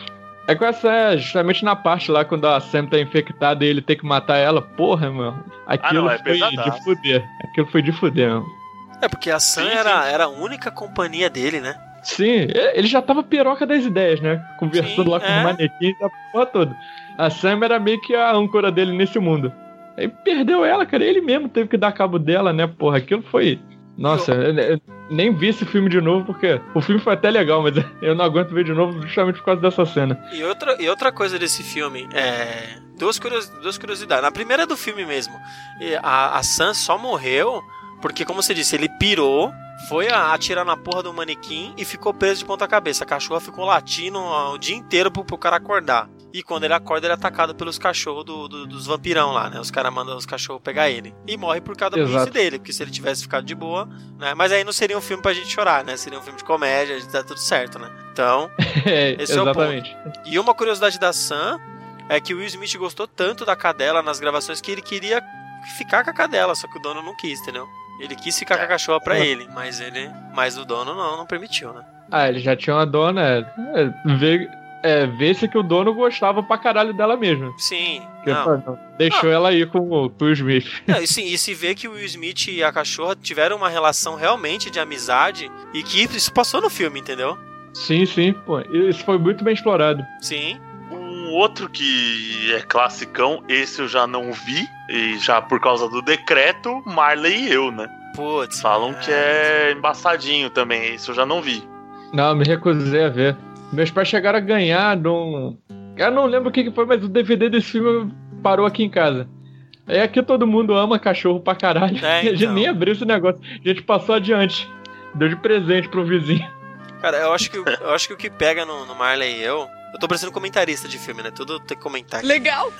Speaker 6: É com essa, justamente na parte lá, quando a Sam tá infectada e ele tem que matar ela, porra, mano. Aquilo
Speaker 1: não, é
Speaker 6: foi
Speaker 1: pesadaço.
Speaker 6: de fuder. Aquilo foi de fuder, mano.
Speaker 2: É porque a Sam
Speaker 1: Sim,
Speaker 2: era,
Speaker 1: sim.
Speaker 2: era a única companhia dele, né?
Speaker 6: Sim, ele já tava piroca das ideias, né? Conversando
Speaker 2: Sim,
Speaker 6: lá com
Speaker 2: é.
Speaker 6: os manequins da porra toda. A Sam era meio que a âncora dele nesse mundo. Aí perdeu ela, cara. Ele mesmo teve que dar cabo dela, né? Porra, aquilo foi... Nossa, eu, eu nem vi esse filme de novo, porque o filme foi até legal, mas eu não aguento ver de novo justamente por causa dessa cena.
Speaker 2: E outra, e outra coisa desse filme, é... Duas, curios, duas curiosidades. Na primeira do filme mesmo, e a, a Sam só morreu porque, como você disse, ele pirou, foi a- atirar na porra do manequim e ficou preso de ponta cabeça. A cachorra ficou latindo o dia inteiro pro, pro cara acordar. E quando ele acorda, ele é atacado pelos cachorros do, do- dos vampirão lá, né? Os caras mandam os cachorros pegar ele. E morre por causa da burrice
Speaker 6: Exato.
Speaker 2: dele, porque se ele tivesse ficado de boa, né? Mas aí não seria um filme pra gente chorar, né? Seria um filme de comédia, tá tudo certo, né? Então...
Speaker 6: É,
Speaker 2: Esse é o
Speaker 6: exatamente.
Speaker 2: E uma curiosidade da Sam é que o Will Smith gostou tanto da cadela nas gravações que ele queria ficar com a cadela, só que o dono não quis, entendeu? Ele quis ficar com a cachorra pra
Speaker 6: É.
Speaker 2: ele, mas ele, mas o dono não, não permitiu, né?
Speaker 6: Ah, ele já tinha uma dona. É, vê, é, vê-se que o dono gostava pra caralho dela mesmo.
Speaker 2: Sim,
Speaker 6: Que,
Speaker 2: não.
Speaker 6: pô, deixou ela aí com o, com o Smith.
Speaker 2: Não, e, sim, e se vê que o Will Smith e a cachorra tiveram uma relação realmente de amizade e que isso passou no filme, entendeu?
Speaker 6: Sim, sim, pô. Isso foi muito bem explorado.
Speaker 2: Sim.
Speaker 1: Um outro que é classicão, esse eu já não vi, e já por causa do decreto, Marley e eu, né?
Speaker 2: Putz.
Speaker 1: Falam que é embaçadinho também, esse eu já não vi.
Speaker 6: Não, me recusei a ver. Meus pais chegaram a ganhar de um... Eu não lembro o que que foi, mas o D V D desse filme parou aqui em casa. Aí aqui todo mundo ama cachorro pra caralho.
Speaker 2: É,
Speaker 6: E a gente
Speaker 2: então.
Speaker 6: nem abriu esse negócio. A gente passou adiante. Deu de presente pro vizinho.
Speaker 2: Cara, eu acho que, o- eu acho que o que pega no, no Marley e eu... Eu tô parecendo comentarista de filme, né? Tudo tem que comentar aqui.
Speaker 4: Legal.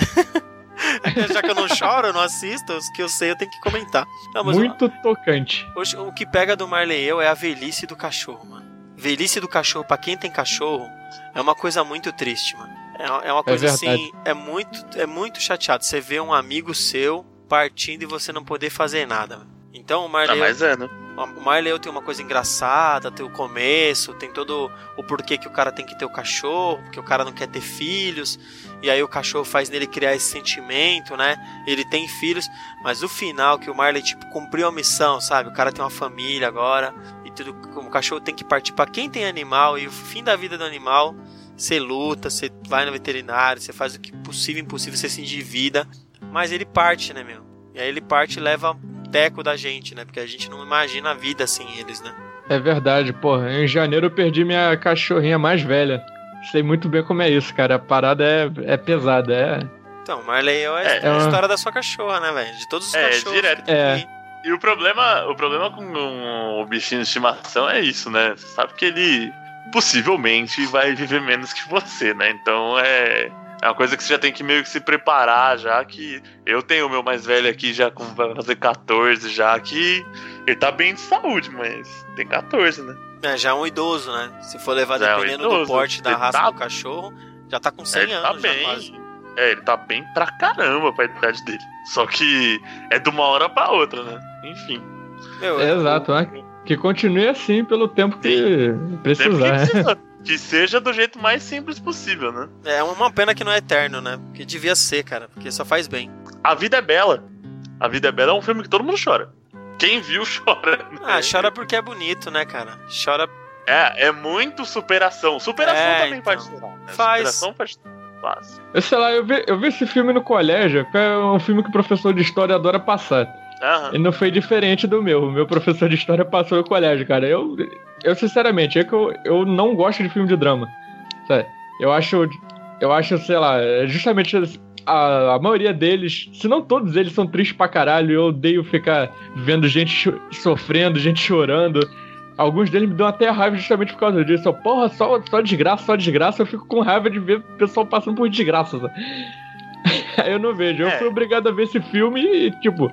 Speaker 2: Já que eu não choro, eu não assisto, os que eu sei eu tenho que comentar. Não, mas
Speaker 6: Muito tocante.
Speaker 2: hoje, o que pega do Marley e eu é a velhice do cachorro, mano. Velhice do cachorro, pra quem tem cachorro, é uma coisa muito triste, mano. É, é uma coisa
Speaker 6: verdade.
Speaker 2: assim, é muito, é muito chateado. Você vê um amigo seu partindo e você não poder fazer nada. Mano. Então o
Speaker 1: Ah,
Speaker 2: Marley,
Speaker 1: mas é, né?
Speaker 2: o Marley tem uma coisa engraçada, tem o começo, tem todo o porquê que o cara tem que ter o cachorro, porque o cara não quer ter filhos, e aí o cachorro faz nele criar esse sentimento, né? Ele tem filhos, mas o final que o Marley, tipo, cumpriu a missão, sabe? O cara tem uma família agora, e tudo, como o cachorro tem que partir pra quem tem animal, e o fim da vida do animal, você luta, você vai no veterinário, você faz o que possível, impossível, você se endivida, mas ele parte, né, meu? E aí ele parte e leva teco da gente, né? Porque a gente não imagina a vida sem eles, né?
Speaker 6: É verdade, porra. Em janeiro eu perdi minha cachorrinha mais velha. Sei muito bem como é isso, cara. A parada é, é pesada, é...
Speaker 2: Então, Marley é,
Speaker 1: É,
Speaker 2: é a
Speaker 6: é uma-
Speaker 2: história da sua cachorra, né, velho? De todos os
Speaker 1: É,
Speaker 2: cachorros.
Speaker 1: direto.
Speaker 2: que tem
Speaker 6: É.
Speaker 2: aí.
Speaker 1: E o problema, o problema com o bichinho de estimação é isso, né? Você sabe que ele possivelmente vai viver menos que você, né? Então é, é uma coisa que você já tem que meio que se preparar, já que eu tenho o meu mais velho aqui já com, vai fazer catorze já, que ele tá bem de saúde, mas tem catorze, né?
Speaker 2: É, já é um idoso, né? Se for levar
Speaker 1: Já é um
Speaker 2: dependendo do
Speaker 1: idoso.
Speaker 2: porte da
Speaker 1: Ele
Speaker 2: raça
Speaker 1: tá-
Speaker 2: do cachorro, já tá com cem
Speaker 1: ele tá
Speaker 2: anos, já
Speaker 1: bem.
Speaker 2: quase.
Speaker 1: É, ele tá bem pra caramba pra idade dele. Só que é de uma hora pra outra, né? Enfim.
Speaker 2: Meu,
Speaker 6: É
Speaker 2: eu-
Speaker 6: exato, né? Que continue assim pelo tempo que
Speaker 1: Sempre
Speaker 6: precisar.
Speaker 1: que
Speaker 6: né?
Speaker 1: precisa. Que seja do jeito mais simples possível, né?
Speaker 2: É uma pena que não é eterno, né? Porque devia ser, cara. Porque só faz bem.
Speaker 1: A Vida é Bela. A Vida é Bela é um filme que todo mundo chora. Quem viu, chora. né?
Speaker 2: Ah, chora porque é bonito, né, cara? Chora.
Speaker 1: É, é muito superação. Superação
Speaker 2: É,
Speaker 1: também
Speaker 2: então.
Speaker 1: faz chorar. Né?
Speaker 2: Faz.
Speaker 1: Superação faz faz.
Speaker 6: Eu sei lá, eu vi, eu vi esse filme no colégio, que é um filme que o professor de história adora passar.
Speaker 1: Aham.
Speaker 6: E não foi diferente do meu. O meu professor de história passou no colégio, cara. Eu, eu sinceramente, é que eu, eu não gosto de filme de drama. Sabe? Eu acho, eu acho, sei lá, é justamente a, a maioria deles, se não todos eles, são tristes pra caralho. Eu odeio ficar vendo gente cho- sofrendo, gente chorando. Alguns deles me dão até raiva justamente por causa disso. Eu, porra, só, só desgraça, só desgraça. Eu fico com raiva de ver o pessoal passando por desgraça. Sabe? Aí eu não vejo. Eu
Speaker 1: É.
Speaker 6: fui obrigado a ver esse filme e, tipo,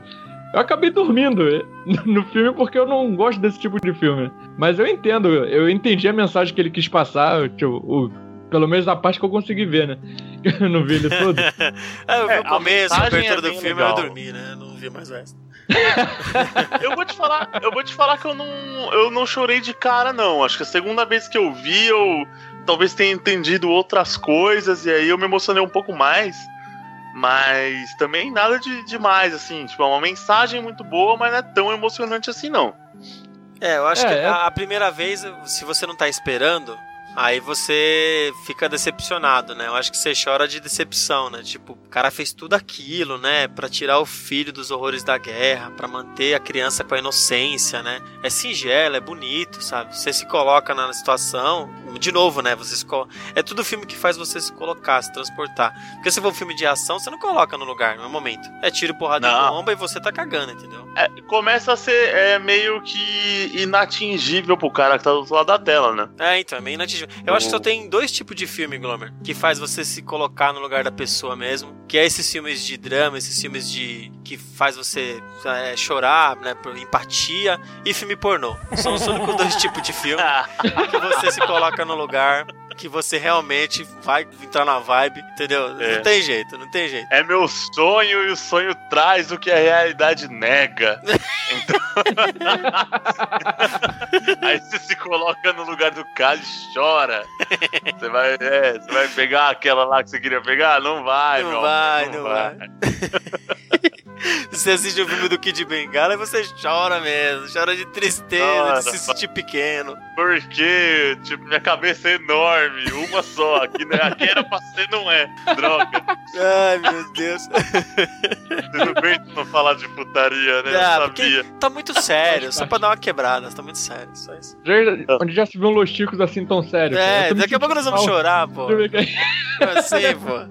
Speaker 6: Eu acabei dormindo no filme porque eu não gosto desse tipo de filme. Mas eu entendo, eu entendi a mensagem que ele quis passar, tipo, o, pelo menos a parte que eu consegui ver, né? Eu não vi ele todo.
Speaker 2: é, eu vi
Speaker 1: É,
Speaker 2: o começo, a
Speaker 1: a
Speaker 2: abertura
Speaker 1: mensagem é
Speaker 2: do
Speaker 1: bem
Speaker 2: filme,
Speaker 1: legal.
Speaker 2: eu dormi, né? Não vi mais o resto.
Speaker 1: Eu vou te falar, eu vou te falar que eu não, eu não chorei de cara, não. Acho que a segunda vez que eu vi, eu talvez tenha entendido outras coisas e aí eu me emocionei um pouco mais. Mas também nada de demais, assim. Tipo, é uma mensagem muito boa, mas não é tão emocionante assim, não.
Speaker 2: É, eu acho
Speaker 6: É,
Speaker 2: que
Speaker 6: é-
Speaker 2: a, a primeira vez, se você não tá esperando, aí você fica decepcionado, né? Eu acho que você chora de decepção, né? Tipo, o cara fez tudo aquilo, né? Pra tirar o filho dos horrores da guerra, pra manter a criança com a inocência, né? É singelo, é bonito, sabe? Você se coloca na situação, de novo, né? Você se colo... É tudo filme que faz você se colocar, se transportar. Porque se for um filme de ação, você não coloca no lugar, no momento. É tiro, porrada
Speaker 1: Não.
Speaker 2: e bomba e você tá cagando, entendeu?
Speaker 1: É, começa a ser é, meio que inatingível pro cara que tá do outro lado da tela, né?
Speaker 2: É, então, é meio inatingível. Eu acho que só tem dois tipos de filme, Glomer, que faz você se colocar no lugar da pessoa mesmo, que é esses filmes de drama, esses filmes de que faz você é, chorar, né, por empatia, e filme pornô. São os únicos dois tipos de filme que você se coloca no lugar, que você realmente vai entrar na vibe, entendeu?
Speaker 1: É.
Speaker 2: Não tem jeito, não tem jeito.
Speaker 1: É meu sonho e o sonho traz o que a realidade nega. Então... Aí você se coloca no lugar do cara e chora. Você vai, é, você vai pegar aquela lá que você queria pegar? Não vai,
Speaker 2: Não
Speaker 1: meu
Speaker 2: vai,
Speaker 1: amor,
Speaker 2: não vai. Você assiste o filme do Kid Bengala e você chora mesmo, chora de tristeza,
Speaker 1: Chora,
Speaker 2: de se sentir pequeno.
Speaker 1: Porque, tipo, minha cabeça é enorme, uma só. Aqui, né? Aqui era pra ser, não é. Droga.
Speaker 2: Ai, meu Deus.
Speaker 1: Tudo bem tu não falar de putaria, né?
Speaker 2: Ah,
Speaker 1: Eu
Speaker 2: porque
Speaker 1: sabia.
Speaker 2: tá muito sério, só pra dar uma quebrada, tá muito sério, só isso.
Speaker 6: Já- onde já se viu um Los Chicos assim tão sério? cara?
Speaker 2: É,
Speaker 6: Eu tô me
Speaker 2: daqui a pouco nós vamos
Speaker 6: sentindo mal.
Speaker 2: chorar, pô.
Speaker 6: Deixa eu ver aqui.
Speaker 2: Assim,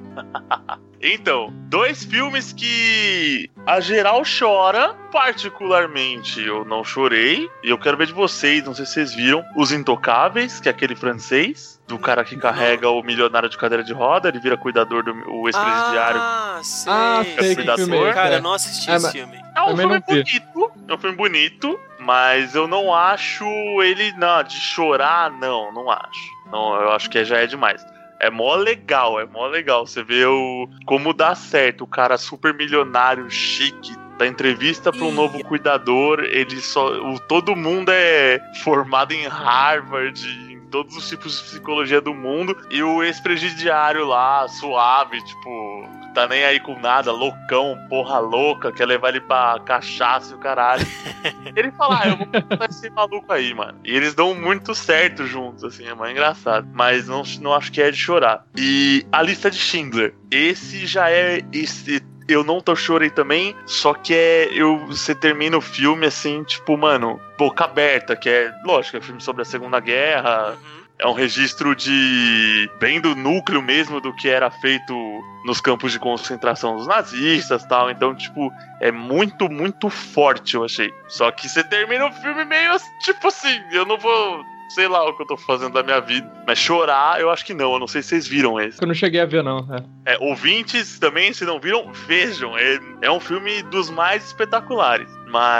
Speaker 2: pô.
Speaker 1: Então, dois filmes que a geral chora, particularmente eu não chorei, e eu quero ver de vocês, não sei se vocês viram, Os Intocáveis, que é aquele francês, do cara que carrega o milionário de cadeira de roda, ele vira cuidador do o ex-presidiário.
Speaker 2: Ah, sei.
Speaker 6: Ah, sei
Speaker 1: que filme é esse,
Speaker 2: Cara,
Speaker 6: é.
Speaker 2: eu não assisti
Speaker 6: É,
Speaker 2: esse
Speaker 6: mas-
Speaker 2: filme.
Speaker 1: É um
Speaker 6: Também
Speaker 1: filme
Speaker 6: não vi.
Speaker 1: bonito, é um filme bonito, mas eu não acho ele, não, de chorar, não, não acho. Não, eu acho que já é demais. É mó legal, é mó legal. Você vê o como dá certo, o cara super milionário, chique, da entrevista para um
Speaker 2: Ih.
Speaker 1: novo cuidador, ele só, o, todo mundo é formado em Harvard, em todos os tipos de psicologia do mundo, e o ex-presidiário lá, suave, tipo, tá nem aí com nada, loucão, porra louca, quer levar ele pra cachaça e o caralho. Ele fala, ah, eu vou contar esse maluco aí, mano. E eles dão muito certo juntos, assim, é mais engraçado. Mas não, não acho que é de chorar. E A Lista de Schindler. Esse já é... Esse, eu não tô chorei também, só que é... Eu, você termina o filme, assim, tipo, mano, boca aberta, que é... Lógico, é um filme sobre a Segunda Guerra...
Speaker 2: Uhum.
Speaker 1: É um registro de... bem do núcleo mesmo do que era feito nos campos de concentração dos nazistas e tal. Então, tipo, é muito, muito forte, eu achei. Só que você termina o filme meio tipo assim, eu não vou... sei lá o que eu tô fazendo da minha vida. Mas chorar, eu acho que não. Eu não sei se vocês viram esse.
Speaker 6: Eu não cheguei a ver, não. É.
Speaker 1: É, ouvintes também, se não viram, vejam. É, é um filme dos mais espetaculares.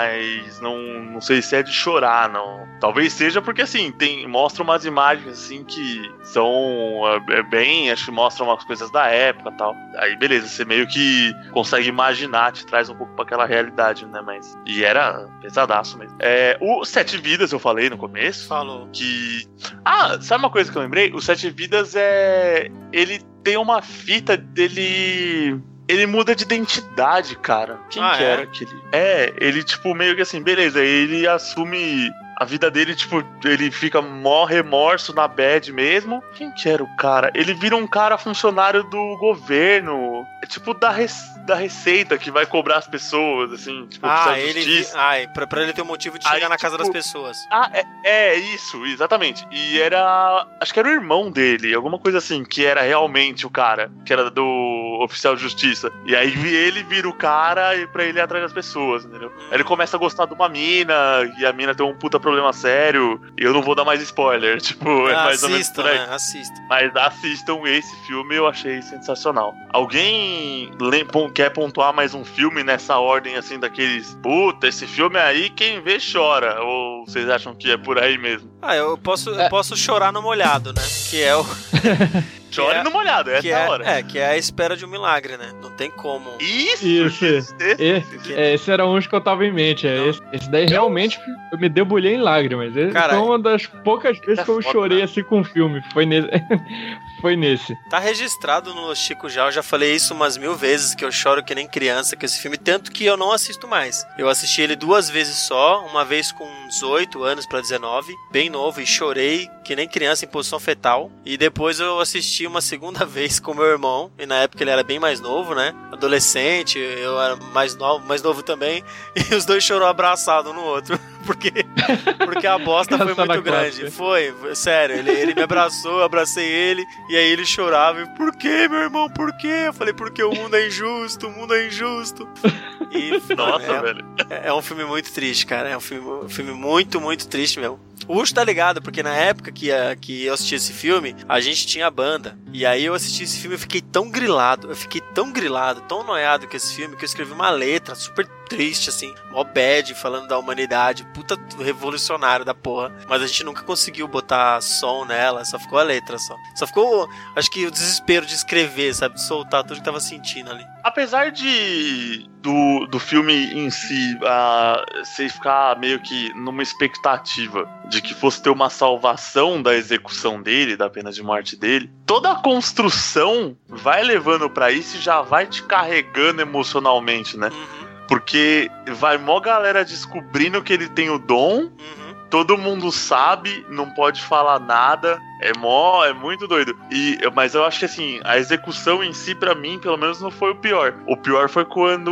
Speaker 1: Mas não, não sei se é de chorar, não. Talvez seja porque, assim, tem, mostra umas imagens, assim, que são é, é bem... acho que mostram umas coisas da época e tal. Aí, beleza, você meio que consegue imaginar, te traz um pouco pra aquela realidade, né? Mas... E era pesadaço mesmo. É, o Sete Vidas, eu falei no começo.
Speaker 2: Falou.
Speaker 1: Que... Ah, sabe uma coisa que eu lembrei? O Sete Vidas é... Ele tem uma fita dele... Ele muda de identidade, cara. Quem
Speaker 2: Ah,
Speaker 1: que
Speaker 2: é?
Speaker 1: era aquele? É, ele, tipo, meio que assim, beleza, ele assume a vida dele, tipo, ele fica mó remorso na bad mesmo. Quem que era o cara? Ele vira um cara funcionário do governo. É tipo da, rece... da Receita que vai cobrar as pessoas, assim, tipo,
Speaker 2: Ah,
Speaker 1: precisa de
Speaker 2: ele...
Speaker 1: justiça.
Speaker 2: Ah, pra, pra ele ter um motivo de
Speaker 1: Aí,
Speaker 2: chegar na casa
Speaker 1: tipo,
Speaker 2: das pessoas.
Speaker 1: Ah, é, é isso, exatamente. E era. Acho que era o irmão dele, alguma coisa assim, que era realmente o cara, que era do oficial de justiça. E aí ele vira o cara e pra ele ir atrás das pessoas, entendeu? Aí ele começa a gostar de uma mina, e a mina tem um puta problema sério, e eu não vou dar mais spoiler, tipo, é
Speaker 2: Ah,
Speaker 1: mais ou menos
Speaker 2: assistam,
Speaker 1: por aí.
Speaker 2: né? Assistam.
Speaker 1: Mas assistam esse filme, eu achei sensacional. Alguém lem- pon- quer pontuar mais um filme nessa ordem, assim, daqueles... Puta, esse filme aí, quem vê chora. Ou vocês acham que é por aí mesmo?
Speaker 2: Ah, eu posso, eu
Speaker 6: É.
Speaker 2: posso chorar no molhado, né? Que é o...
Speaker 1: Chore
Speaker 2: é-
Speaker 1: no molhado, essa
Speaker 2: que
Speaker 1: é a
Speaker 2: é,
Speaker 1: hora.
Speaker 2: é, que é a espera de um milagre, né? Não tem como.
Speaker 1: Isso!
Speaker 6: Isso.
Speaker 1: Esse,
Speaker 6: Esse, é, esse era um que eu tava em mente. É, esse, esse daí realmente eu me debulhei em lágrimas. Esse
Speaker 2: Cara,
Speaker 6: foi uma das poucas vezes
Speaker 1: é
Speaker 6: que eu
Speaker 1: foda,
Speaker 6: chorei
Speaker 1: né?
Speaker 6: assim com um filme. Foi nesse. Foi nesse.
Speaker 2: Tá registrado no Chico já, eu já falei isso umas mil vezes, que eu choro que nem criança com esse filme, tanto que eu não assisto mais. Eu assisti ele duas vezes só, uma vez com dezoito anos pra dezenove, bem novo, e chorei que nem criança em posição fetal. E depois eu assisti uma segunda vez com meu irmão, e na época ele era bem mais novo, né? Adolescente, eu era mais novo, mais novo também, e os dois choraram abraçados um no outro. Porque, porque a bosta foi
Speaker 6: Essa na
Speaker 2: muito grande.
Speaker 6: clássica.
Speaker 2: Foi, foi, sério. Ele, ele me abraçou, eu abracei ele, e aí ele chorava. E, por que, meu irmão? Por quê? Eu falei, porque o mundo é injusto, o mundo é injusto. E,
Speaker 1: Nossa,
Speaker 2: é,
Speaker 1: velho.
Speaker 2: é um filme muito triste, cara. É um filme, um filme muito, muito triste mesmo. O Ucho tá ligado, porque na época que, a, que eu assisti esse filme, a gente tinha banda. E aí eu assisti esse filme e fiquei tão grilado, eu fiquei tão grilado, tão noiado com esse filme, que eu escrevi uma letra super triste, assim, mó bad, falando da humanidade, puta revolucionário da porra. Mas a gente nunca conseguiu botar som nela, só ficou a letra só. Só ficou, acho que o desespero de escrever, sabe? De soltar tudo que tava sentindo ali.
Speaker 1: Apesar de do, do filme em si uh, você ficar meio que numa expectativa de que fosse ter uma salvação da execução dele, da pena de morte dele, toda a construção vai levando pra isso e já vai te carregando emocionalmente, né?
Speaker 2: Uhum,
Speaker 1: Porque vai mó galera descobrindo que ele tem o dom,
Speaker 2: uhum.
Speaker 1: todo mundo sabe, não pode falar nada. É mó, é muito doido. E, mas eu acho que assim, a execução em si, pra mim, pelo menos não foi o pior. O pior foi quando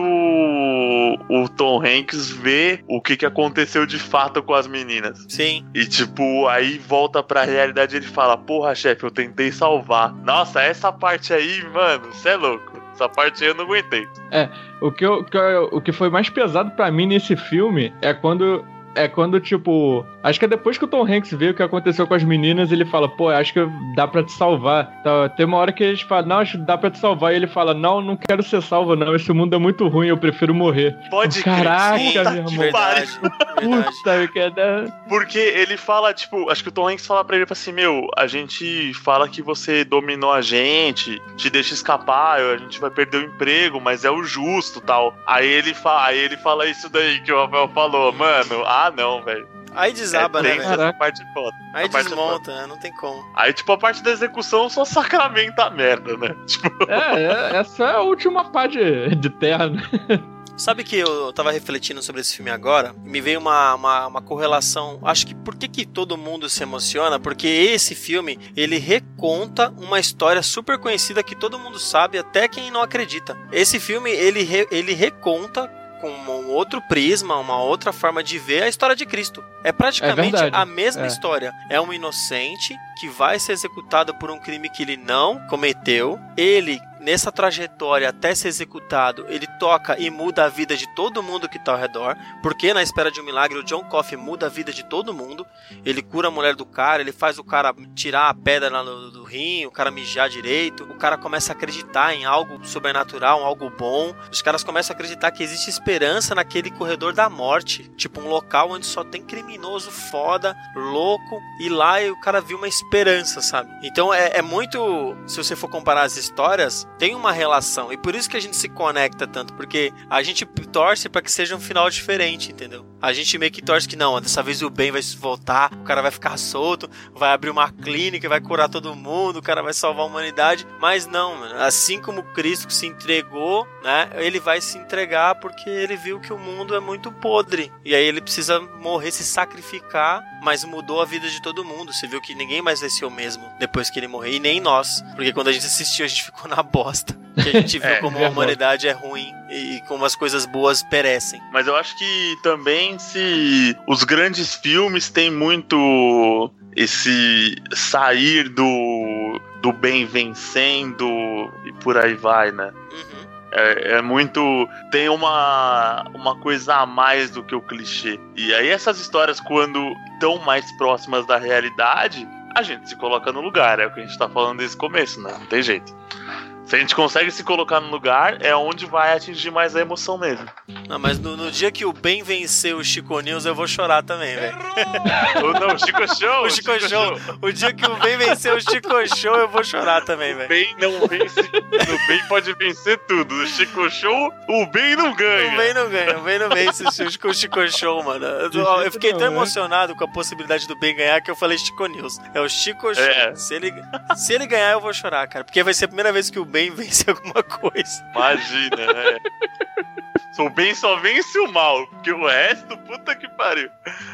Speaker 1: o, o Tom Hanks vê o que, que aconteceu de fato com as meninas.
Speaker 2: Sim.
Speaker 1: E tipo, aí volta pra realidade e ele fala, porra, chefe, eu tentei salvar. Nossa, essa parte aí, mano, cê é louco. Essa parte aí eu não aguentei.
Speaker 6: É, o que, eu, que eu- o que foi mais pesado pra mim nesse filme é quando. É quando, tipo... Acho que é depois que o Tom Hanks vê o que aconteceu com as meninas, ele fala, pô, acho que dá pra te salvar. Então, tem uma hora que eles falam, não, acho que dá pra te salvar. E ele fala, não, não quero ser salvo, não. Esse mundo é muito ruim, eu prefiro morrer.
Speaker 1: Pode
Speaker 6: Caraca,
Speaker 1: crer. Puta
Speaker 6: meu
Speaker 1: que
Speaker 6: irmão.
Speaker 1: pariu.
Speaker 2: Verdade, verdade.
Speaker 6: Puta, que é...
Speaker 1: Porque ele fala, tipo, acho que o Tom Hanks fala pra ele assim, meu, a gente fala que você dominou a gente, te deixa escapar, a gente vai perder o emprego, mas é o justo, tal. Aí ele, fa aí ele fala isso daí que o Rafael falou, mano, ah não, velho.
Speaker 2: Aí desaba,
Speaker 1: é,
Speaker 2: né,
Speaker 1: tem
Speaker 2: velho?
Speaker 1: essa
Speaker 6: Caraca.
Speaker 1: parte foda.
Speaker 2: Aí
Speaker 1: Essa parte é foda.
Speaker 2: desmonta, né? Não tem como.
Speaker 1: Aí, tipo, a parte da execução só sacramenta a merda, né? Tipo,
Speaker 6: É, é, essa é a última pá de, de terra, né?
Speaker 2: Sabe que eu tava refletindo sobre esse filme agora? Me veio uma, uma, uma correlação. Acho que por que, que todo mundo se emociona? Porque esse filme, ele reconta uma história super conhecida que todo mundo sabe, até quem não acredita. Esse filme, ele, re, ele reconta com um outro prisma, uma outra forma de ver a história de Cristo. É praticamente
Speaker 6: É verdade.
Speaker 2: a mesma
Speaker 6: É.
Speaker 2: história. É um inocente que vai ser executado por um crime que ele não cometeu. Ele, nessa trajetória até ser executado, ele toca e muda a vida de todo mundo que está ao redor. Porque na espera de um milagre, o John Coffey muda a vida de todo mundo. Ele cura a mulher do cara, ele faz o cara tirar a pedra lá no, do rim, o cara mijar direito. O cara começa a acreditar em algo sobrenatural, algo bom. Os caras começam a acreditar que existe esperança naquele corredor da morte. Tipo, um local onde só tem criminoso foda, louco. E lá o cara viu uma esperança, sabe? Então é, é muito... Se você for comparar as histórias, tem uma relação. E por isso que a gente se conecta tanto. Porque a gente torce pra que seja um final diferente, entendeu? A gente meio que torce que não, dessa vez o bem vai voltar, o cara vai ficar solto, vai abrir uma clínica, vai curar todo mundo, o cara vai salvar a humanidade. Mas não, mano. Assim como Cristo se entregou, né? Ele vai se entregar porque ele viu que o mundo é muito podre. E aí ele precisa morrer, se sacrificar, mas mudou a vida de todo mundo. Você viu que ninguém mais vai ser o mesmo depois que ele morrer, e nem nós. Porque quando a gente assistiu, a gente ficou na bosta. Que a gente viu
Speaker 1: É,
Speaker 2: como a
Speaker 6: verdade.
Speaker 2: humanidade é ruim e como as coisas boas perecem.
Speaker 1: mas eu acho que também se os grandes filmes têm muito esse sair do, do bem vencendo e por aí vai, né?
Speaker 2: Uhum.
Speaker 1: É, é muito... Tem uma, uma coisa a mais do que o clichê. E aí essas histórias, quando estão mais próximas da realidade, a gente se coloca no lugar. É o que a gente tá falando desde o começo, né? Não tem jeito. Se a gente consegue se colocar no lugar, é onde vai atingir mais a emoção mesmo.
Speaker 2: Não, mas no, no dia que o bem vencer o Chico News, eu vou chorar também, velho.
Speaker 1: Ou não, Chico Show!
Speaker 2: O Chico, Chico Show. Show. O dia que o bem vencer o Chico Show, eu vou chorar também, velho.
Speaker 1: O bem não vence. O bem pode vencer tudo. O Chico Show, o bem não ganha.
Speaker 2: O bem não ganha, o bem não vence o Chico Show, mano. Eu, eu fiquei tão emocionado com a possibilidade do bem ganhar que eu falei Chico News. É o Chico Show. É. Se, ele, se ele ganhar, eu vou chorar, cara. Porque vai ser a primeira vez que o bem vence alguma coisa.
Speaker 1: Imagina, né? O bem só vence o mal, porque o resto, puta que pariu.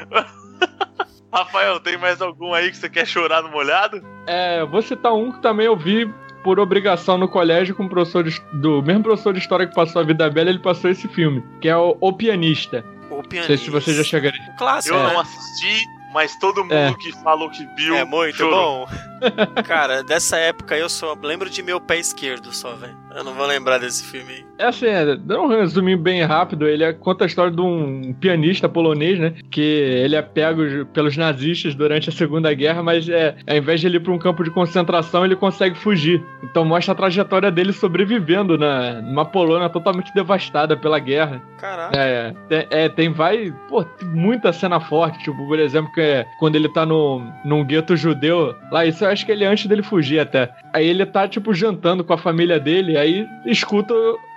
Speaker 1: Rafael, tem mais algum aí que você quer chorar no molhado?
Speaker 6: É, vou citar um que também eu vi por obrigação no colégio com o professor de, do mesmo professor de história que passou A Vida Bela, ele passou esse filme, que é o, o Pianista.
Speaker 2: O Pianista.
Speaker 6: Não sei se você já chegaria.
Speaker 2: O clássico,
Speaker 1: Eu
Speaker 2: né?
Speaker 1: não assisti, mas todo mundo
Speaker 6: É.
Speaker 1: que falou que viu
Speaker 2: É muito
Speaker 1: chorou.
Speaker 2: bom. Cara, dessa época eu só lembro de Meu Pé Esquerdo só, velho. Eu não vou lembrar desse filme aí.
Speaker 6: É assim, é, dá um resuminho bem rápido, ele é, conta a história de um pianista polonês, né, que ele é pego pelos nazistas durante a Segunda Guerra, mas é, ao invés de ele ir para um campo de concentração, ele consegue fugir. Então mostra a trajetória dele sobrevivendo na, numa Polônia totalmente devastada pela guerra.
Speaker 2: Caraca.
Speaker 6: É, tem, é, tem vai, pô, tem muita cena forte, tipo, por exemplo, que é quando ele tá no, num gueto judeu, lá, isso eu acho que ele é antes dele fugir até. Aí ele tá, tipo, jantando com a família dele, aí escuta,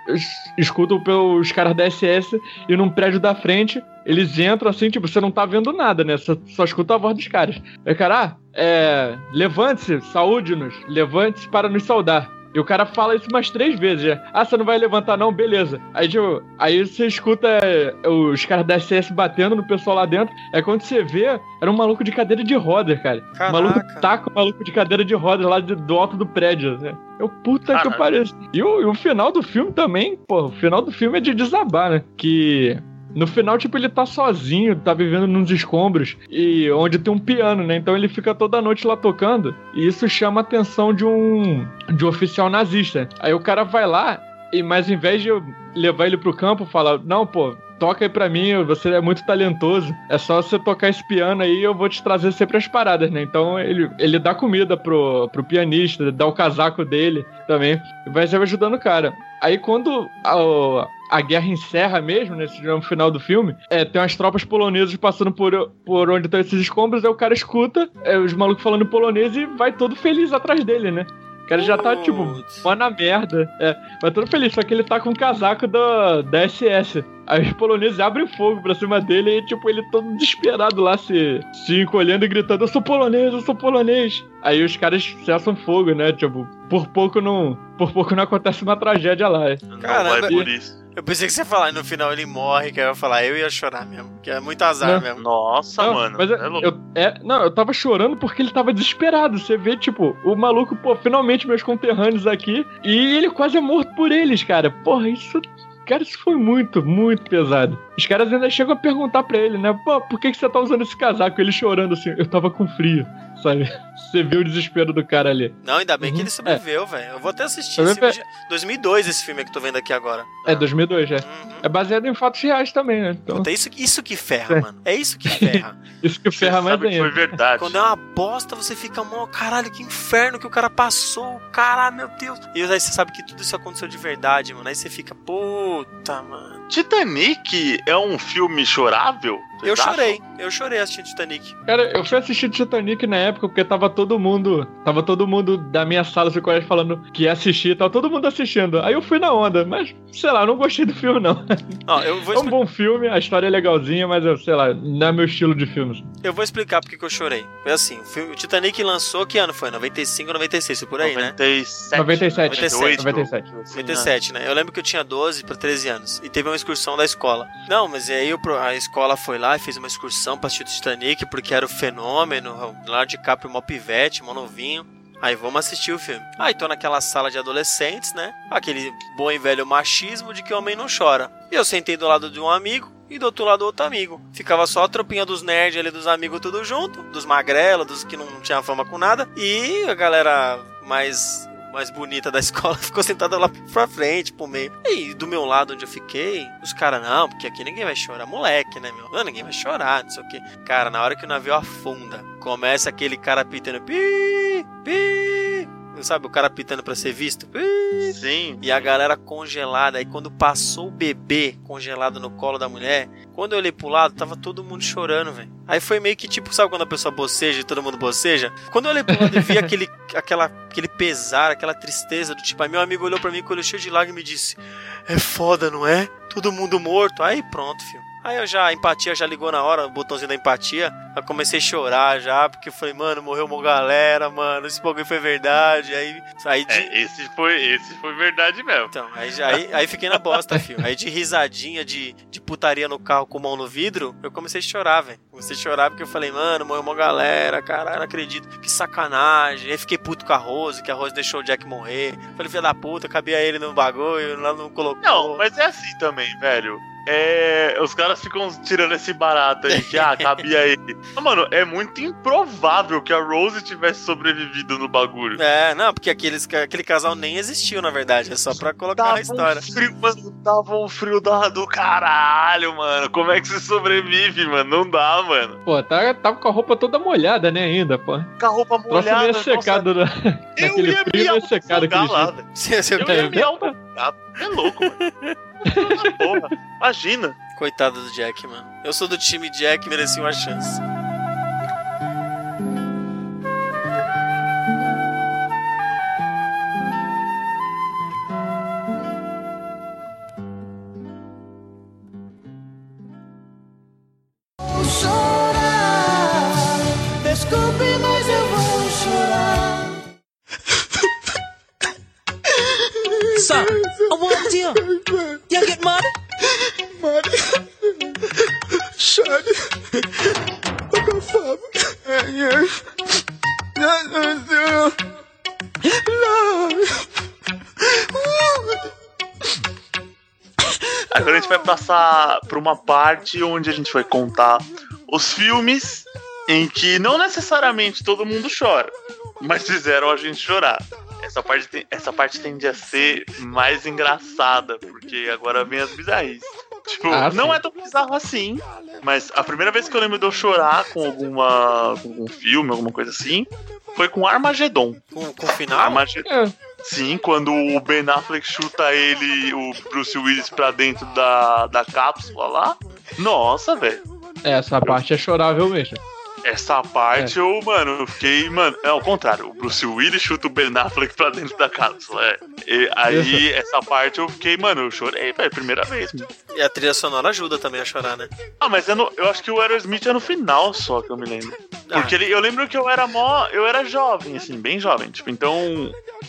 Speaker 6: escuta os caras da S S e num prédio da frente, eles entram assim, tipo, você não tá vendo nada, né? Só, só escuta a voz dos caras. Aí, cara, ah, é, levante-se, saúde-nos, levante-se para nos saudar. E o cara fala isso umas três vezes, né? Ah, você não vai levantar não? Beleza. Aí, tipo, aí você escuta é, os caras da S S batendo no pessoal lá dentro. Aí quando você vê, era um maluco de cadeira de rodas, cara.
Speaker 2: Caraca.
Speaker 6: O maluco taca o maluco de cadeira de rodas lá de, do alto do prédio, né? Eu, puta
Speaker 1: Caraca.
Speaker 6: que pariu. E o, e o final do filme também, pô, o final do filme é de desabar, né? Que... No final, tipo, ele tá sozinho, tá vivendo nos escombros, e onde tem um piano, né? Então ele fica toda noite lá tocando, e isso chama a atenção de um, de um oficial nazista. Aí o cara vai lá, e mas ao invés de eu levar ele pro campo, fala, não, pô, toca aí pra mim, você é muito talentoso, é só você tocar esse piano aí, eu vou te trazer sempre as paradas, né? Então ele, ele dá comida pro, pro pianista, dá o casaco dele também, e vai sempre ajudando o cara. Aí quando a, a guerra encerra mesmo, nesse no final do filme, é, tem umas tropas polonesas passando por, por onde estão esses escombros, aí o cara escuta é, os malucos falando polonês e vai todo feliz atrás dele, né? O cara já tá, tipo, mó na merda. É, vai todo feliz, só que ele tá com o casaco da, da S S. Aí os poloneses abrem fogo pra cima dele e, tipo, ele todo desesperado lá, se, se encolhendo e gritando, eu sou polonês, eu sou polonês. Aí os caras cessam fogo, né? Tipo, por pouco não, por pouco não acontece uma tragédia lá. É.
Speaker 1: Não
Speaker 2: Caramba.
Speaker 1: vai por isso.
Speaker 2: Eu pensei que você ia falar, e no final ele morre, que eu ia falar, eu ia chorar mesmo, que é muito azar
Speaker 6: Não.
Speaker 2: mesmo.
Speaker 1: Nossa,
Speaker 6: Não,
Speaker 1: mano.
Speaker 6: mas
Speaker 1: é
Speaker 6: eu,
Speaker 1: louco.
Speaker 6: eu, é, não, eu tava chorando porque ele tava desesperado. Você vê, tipo, o maluco, pô, finalmente meus conterrâneos aqui, e ele quase é morto por eles, cara. Porra, isso... Cara, isso foi muito, muito pesado. Os caras ainda chegam a perguntar pra ele, né? Pô, por que, que você tá usando esse casaco? Ele chorando assim, eu tava com frio, sabe? Você viu o desespero do cara ali.
Speaker 2: Não, ainda bem
Speaker 6: Uhum.
Speaker 2: que ele sobreviveu, velho. Eu vou até assistir
Speaker 6: Eu
Speaker 2: esse filme
Speaker 6: ve-
Speaker 2: de dois mil e dois, esse filme que eu tô vendo aqui agora.
Speaker 6: É, dois mil e dois, é.
Speaker 2: Uhum.
Speaker 6: É baseado em fatos reais também, né? Então,
Speaker 2: Puta, isso, isso que ferra,
Speaker 6: É.
Speaker 2: mano. É isso que ferra.
Speaker 6: isso que
Speaker 1: Você
Speaker 6: ferra mais
Speaker 1: sabe que foi
Speaker 6: ainda.
Speaker 1: verdade.
Speaker 2: Quando é uma bosta, você fica, mó, caralho, que inferno que o cara passou, caralho, meu Deus. E aí você sabe que tudo isso aconteceu de verdade, mano. Aí você fica, puta, mano.
Speaker 1: Titanic é um filme chorável? Vocês
Speaker 2: Eu
Speaker 1: acham?
Speaker 2: chorei, eu chorei assistindo Titanic.
Speaker 6: Cara, eu fui assistir Titanic na época porque tava todo mundo. Tava todo mundo da minha sala de colégio falando que ia assistir, tava todo mundo assistindo. Aí eu fui na onda, mas, sei lá, eu não gostei do filme, não.
Speaker 2: Ó, eu vou,
Speaker 6: É um
Speaker 2: expli-
Speaker 6: bom filme, a história é legalzinha, mas eu, sei lá, não é meu estilo de filme.
Speaker 2: eu vou explicar porque que eu chorei. Foi assim, o, filme, o Titanic lançou, que ano foi? noventa e cinco, noventa e seis, foi por aí, né?
Speaker 1: noventa e sete.
Speaker 6: noventa e sete,
Speaker 1: noventa e oito,
Speaker 6: noventa e sete.
Speaker 1: assim,
Speaker 2: noventa e sete, né? Eu lembro que eu tinha doze para treze anos e teve uma excursão da escola. Não, mas aí o pro- a escola foi lá e fez uma excursão pra assistir o Titanic porque era o fenômeno, o Leonardo DiCaprio, mó pivete, mó novinho. Aí vamos assistir o filme. Aí tô naquela sala de adolescentes, né? Aquele bom e velho machismo de que homem não chora. E eu sentei do lado de um amigo e do outro lado outro amigo. Ficava só a tropinha dos nerds ali, dos amigos tudo junto, dos magrelos, dos que não tinham fama com nada. E a galera mais, mais bonita da escola ficou sentada lá pra frente, pro meio. E do meu lado, onde eu fiquei, os caras, não, porque aqui ninguém vai chorar. Moleque, né, meu? Não, ninguém vai chorar, não sei o quê. Cara, na hora que o navio afunda, começa aquele cara pitando, pi, pi, sabe, o cara pitando pra ser visto, pi,
Speaker 1: Sim.
Speaker 2: e a galera congelada. Aí quando passou o bebê congelado no colo da mulher, quando eu olhei pro lado, tava todo mundo chorando, velho. Aí foi meio que tipo, sabe quando a pessoa boceja e todo mundo boceja? Quando eu olhei pro lado e vi aquele, aquela, aquele pesar, aquela tristeza do tipo, aí meu amigo olhou pra mim com o olho cheio de lágrimas e me disse, é foda, não é? Todo mundo morto. Aí pronto, filho. Aí eu já, a empatia já ligou na hora, o botãozinho da empatia. Eu comecei a chorar já, porque falei, mano, morreu uma galera, mano, esse bagulho foi verdade. Aí saí de...
Speaker 1: É, esse foi, esse foi verdade mesmo.
Speaker 2: Então, aí, aí, aí fiquei na bosta, filho. Aí de risadinha, de, de putaria no carro com mão no vidro, eu comecei a chorar, velho. Comecei a chorar porque eu falei, mano, morreu uma galera, caralho, não acredito. Que sacanagem. Aí fiquei puto com a Rose, que a Rose deixou o Jack morrer. Falei, filho da puta, cabia ele no bagulho, lá não colocou.
Speaker 1: Não, mas é assim também, velho. É, os caras ficam tirando esse barato aí que, ah, cabia ele. Mas, mano, é muito improvável que a Rose tivesse sobrevivido no bagulho.
Speaker 2: É, não, porque aqueles, aquele casal nem existiu, na verdade. É só pra colocar
Speaker 1: tava
Speaker 2: na história.
Speaker 1: Um frio, mano, tava um frio da, do caralho, mano. Como é que você sobrevive, mano? Não dá, mano.
Speaker 6: Pô, tava, tava com a roupa toda molhada, né, ainda, pô.
Speaker 1: Com a roupa
Speaker 6: O troço
Speaker 1: molhada.
Speaker 6: meio secado na, naquele
Speaker 1: ia
Speaker 6: frio, meio secado aquele
Speaker 1: lá,
Speaker 6: dia.
Speaker 1: velho.
Speaker 2: Se- se-
Speaker 1: Eu ia me autofogado. É louco, mano. Porra, imagina.
Speaker 2: Coitado do Jack, mano. Eu sou do time Jack, mereci uma chance.
Speaker 8: Vou chorar. Desculpe, mas eu vou chorar.
Speaker 7: Sir, I want you. You get money?
Speaker 3: Shane, eu tô fome.
Speaker 1: Agora a gente vai passar por uma parte onde a gente vai contar os filmes em que não necessariamente todo mundo chora, mas fizeram a gente chorar. Essa parte, tem, essa parte tende a ser mais engraçada, porque agora vem as bizarrices. Tipo,
Speaker 6: Ah,
Speaker 1: não
Speaker 6: sim.
Speaker 1: é tão bizarro assim, mas a primeira vez que eu lembro de eu chorar com alguma com algum filme, alguma coisa assim, foi com Armagedon.
Speaker 2: Com, com o final?
Speaker 1: Armagedon.
Speaker 6: É.
Speaker 1: Sim, quando o Ben Affleck chuta ele, o Bruce Willis, pra dentro da, da cápsula lá. Nossa, velho.
Speaker 6: É, essa parte é chorável mesmo.
Speaker 1: Essa parte
Speaker 6: É.
Speaker 1: eu, mano, eu fiquei, mano. É ao contrário, o Bruce Willis chuta o Ben Affleck pra dentro da cápsula. É. E aí, essa parte eu fiquei, mano, eu chorei, velho, primeira vez. Mano.
Speaker 2: E a trilha sonora ajuda também a chorar, né?
Speaker 1: Ah, mas é no, eu acho que o Aerosmith é no final só que eu me lembro. Porque
Speaker 2: Ah.
Speaker 1: ele, eu lembro que eu era mó. Eu era jovem, assim, bem jovem. Tipo, então.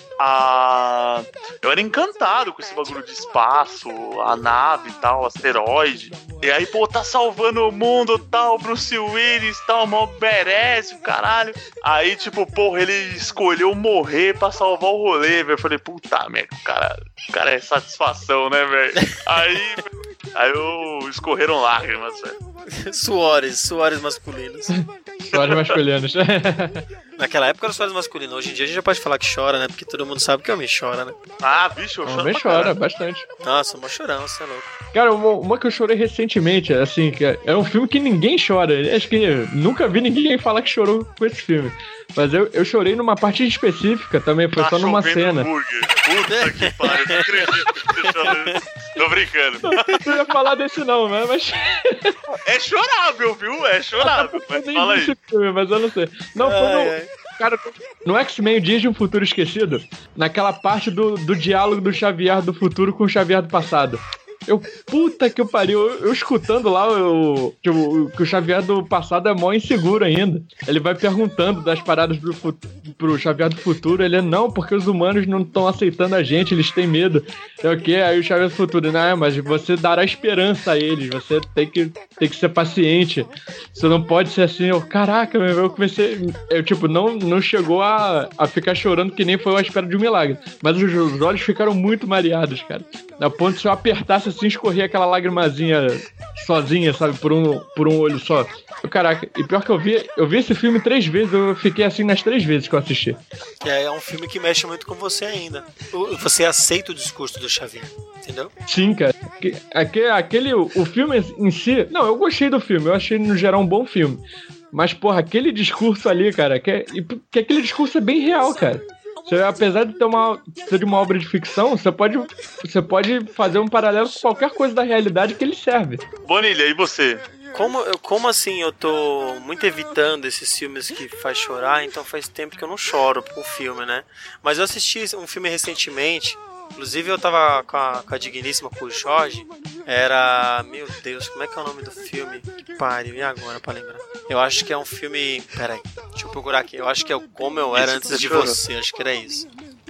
Speaker 1: A... Eu era encantado com esse bagulho de espaço, a nave e tal, asteroide. E aí, pô, tá salvando o mundo, tal, Bruce Willis, tal, mó merece o caralho. Aí, tipo, porra, ele escolheu morrer pra salvar o rolê, velho. Eu falei, puta merda, o cara, o cara é satisfação, né, velho? Aí, aí eu escorreram lágrimas, velho.
Speaker 2: Suores, suores masculinos.
Speaker 6: Suores masculinos.
Speaker 2: Naquela época era suores masculinos. Hoje em dia a gente já pode falar que chora, né? Porque todo mundo sabe que homem chora, né?
Speaker 1: Ah, bicho, eu
Speaker 6: O
Speaker 1: choro
Speaker 6: homem
Speaker 1: pra
Speaker 6: chora
Speaker 1: caralho.
Speaker 6: bastante.
Speaker 2: Nossa, mó chorão, você é louco.
Speaker 6: Cara, uma, uma que eu chorei recentemente, assim, que é é um filme que ninguém chora. Acho que nunca vi ninguém falar que chorou com esse filme. Mas eu, eu chorei numa parte específica também, foi
Speaker 1: Tá
Speaker 6: só numa
Speaker 1: chovendo
Speaker 6: cena.
Speaker 1: hambúrguer. Puta que pariu, não acredito que você chorou isso. Tô brincando.
Speaker 6: Não ia falar desse não, né? Mas
Speaker 1: É chorável, viu? É chorável.
Speaker 6: eu
Speaker 1: Mas
Speaker 6: nem
Speaker 1: fala
Speaker 6: vi
Speaker 1: aí.
Speaker 6: esse filme, mas eu não sei. Não, foi
Speaker 2: Ai,
Speaker 6: no,
Speaker 2: ai.
Speaker 6: cara, no X-Men Dias de um Futuro Esquecido, naquela parte do, do diálogo do Xavier do futuro com o Xavier do passado. Eu, puta que eu pariu, eu, eu escutando lá eu, que, o, que o Xavier do passado é mó inseguro ainda. Ele vai perguntando das paradas pro, fu- pro Xavier do futuro, ele é, não, porque os humanos não estão aceitando a gente, eles têm medo. É o quê? Aí o Xavier do futuro, não, mas você dará esperança a eles, você tem que, tem que ser paciente. Você não pode ser assim, eu, caraca, meu, eu comecei, eu tipo, não, não chegou a, a ficar chorando que nem foi a espera de um milagre, mas os, os olhos ficaram muito mareados, cara. A ponto de se eu apertasse negócio assim, escorria aquela lagrimazinha sozinha, sabe? Por um, por um olho só. Caraca, e pior que eu vi, eu vi esse filme três vezes, eu fiquei assim nas três vezes que eu assisti.
Speaker 2: Que é um filme que mexe muito com você ainda. Você aceita o discurso do Xavier, entendeu?
Speaker 6: Sim, cara. Aquele, aquele, o filme em si... Não, eu gostei do filme, eu achei no geral um bom filme. Mas, porra, aquele discurso ali, cara, que, que aquele discurso é bem real, cara. Você, apesar de ter uma, ser de uma obra de ficção, você pode, você pode fazer um paralelo com qualquer coisa da realidade que ele serve.
Speaker 1: Bonilha, e você?
Speaker 2: Como, como assim eu tô muito evitando esses filmes que faz chorar, então faz tempo que eu não choro com filme, né? Mas eu assisti um filme recentemente, inclusive eu tava com a, com a digníssima, com o Jorge, era... Meu Deus, como é que é o nome do filme? Que pariu, e agora pra lembrar? Eu acho que é um filme... Peraí, deixa eu procurar aqui. Eu acho que é o Como Eu Era Antes de Você, acho que era isso.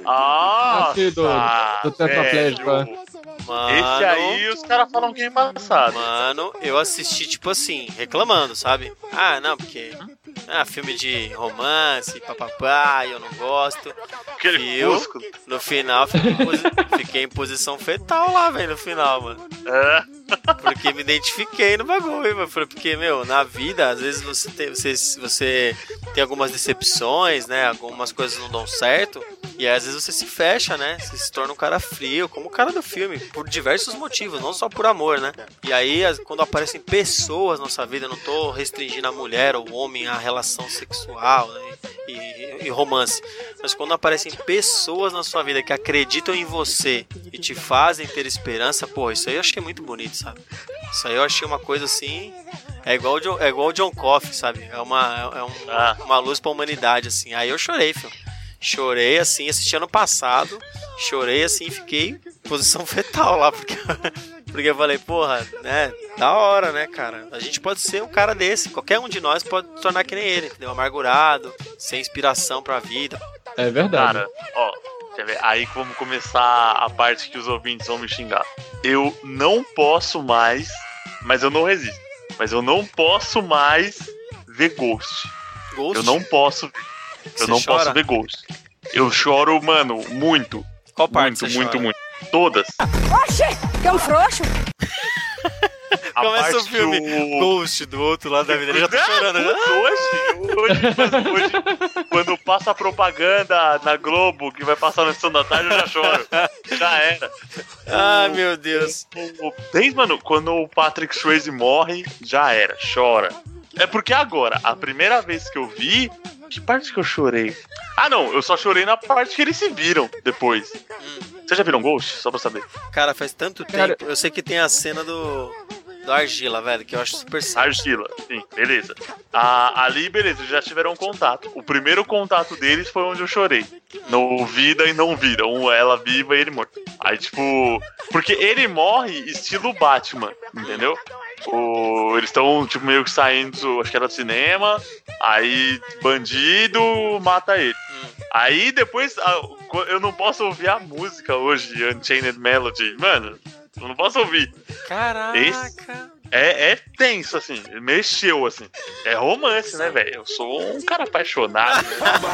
Speaker 1: Ah,
Speaker 6: do, do tetraplégico.
Speaker 2: Mano,
Speaker 1: esse aí os caras falam que é embaçado.
Speaker 2: Mano, eu assisti tipo assim, reclamando, sabe? Ah, não, porque... Ah, filme de romance, papapá, eu não gosto.
Speaker 1: Aquele
Speaker 2: eu,
Speaker 1: músculo.
Speaker 2: no final, fiquei em, posi- fiquei em posição fetal lá, velho, no final, mano.
Speaker 1: É.
Speaker 2: Porque me identifiquei no bagulho, mano. Porque, meu, na vida, às vezes você tem, você, você tem algumas decepções, né? Algumas coisas não dão certo. E aí, às vezes você se fecha, né? Você se torna um cara frio, como o cara do filme, por diversos motivos, não só por amor, né? E aí, quando aparecem pessoas na nossa vida, eu não tô restringindo a mulher ou o homem à relação sexual, né? E, e, e romance. Mas quando aparecem pessoas na sua vida que acreditam em você e te fazem ter esperança, pô, isso aí eu achei muito bonito, sabe? Isso aí eu achei uma coisa assim... É igual o John, é igual o John Coffey, sabe? É uma, é um,
Speaker 1: Ah.
Speaker 2: uma luz pra humanidade, assim. Aí eu chorei, filho. Chorei, assim, assisti ano passado. Chorei, assim, fiquei em posição fetal lá, porque... Porque eu falei, porra, né, da hora, né, cara? A gente pode ser um cara desse, qualquer um de nós pode se tornar que nem ele, entendeu? Amargurado, sem inspiração pra vida.
Speaker 6: É verdade.
Speaker 1: Cara, ó, quer ver? Aí vamos começar a parte que os ouvintes vão me xingar. Eu não posso mais, mas eu não resisto, mas eu não posso mais ver Ghost.
Speaker 2: Ghost?
Speaker 1: Eu não posso ver. Eu
Speaker 2: Você
Speaker 1: não
Speaker 2: chora?
Speaker 1: posso ver Ghost. Eu choro, mano, muito.
Speaker 2: Qual parte
Speaker 1: Muito,
Speaker 2: você
Speaker 1: muito,
Speaker 2: chora?
Speaker 1: muito. Todas.
Speaker 4: Oxê, que é um frouxo.
Speaker 1: A
Speaker 2: Começa o
Speaker 1: parte
Speaker 2: filme
Speaker 1: do-
Speaker 2: Ghost do outro lado da vida, ele já tá chorando. Já.
Speaker 1: Hoje, hoje, mano, hoje, quando passa a propaganda na Globo, que vai passar na sessão da tarde, eu já choro. Já era.
Speaker 2: Ah, meu Deus.
Speaker 1: O- Desde, mano, quando o Patrick Swayze morre, já era, chora. É porque agora, a primeira vez que eu vi, que parte que eu chorei? Ah, não, eu só chorei na parte que eles se viram depois.
Speaker 2: Hum.
Speaker 1: Vocês já viram Ghost? Só pra saber.
Speaker 2: Cara, faz tanto tempo.
Speaker 6: Cara-
Speaker 2: Eu sei que tem a cena do, do Argila, velho, que eu acho super sério.
Speaker 1: Argila, sim, beleza. Ah, ali, beleza, eles já tiveram contato. O primeiro contato deles foi onde eu chorei. No vida e não vida. Um ela viva e ele morto. Aí, tipo... Porque ele morre estilo Batman, entendeu? O, eles estão, tipo, meio que saindo, acho que era do cinema. Aí, bandido mata ele. Aí, depois, a- eu não posso ouvir a música hoje, Unchained Melody. Mano, eu não posso ouvir.
Speaker 2: Caraca.
Speaker 1: Esse- É, é tenso, assim. Mexeu, assim. É romance, né, velho? Eu sou um cara apaixonado.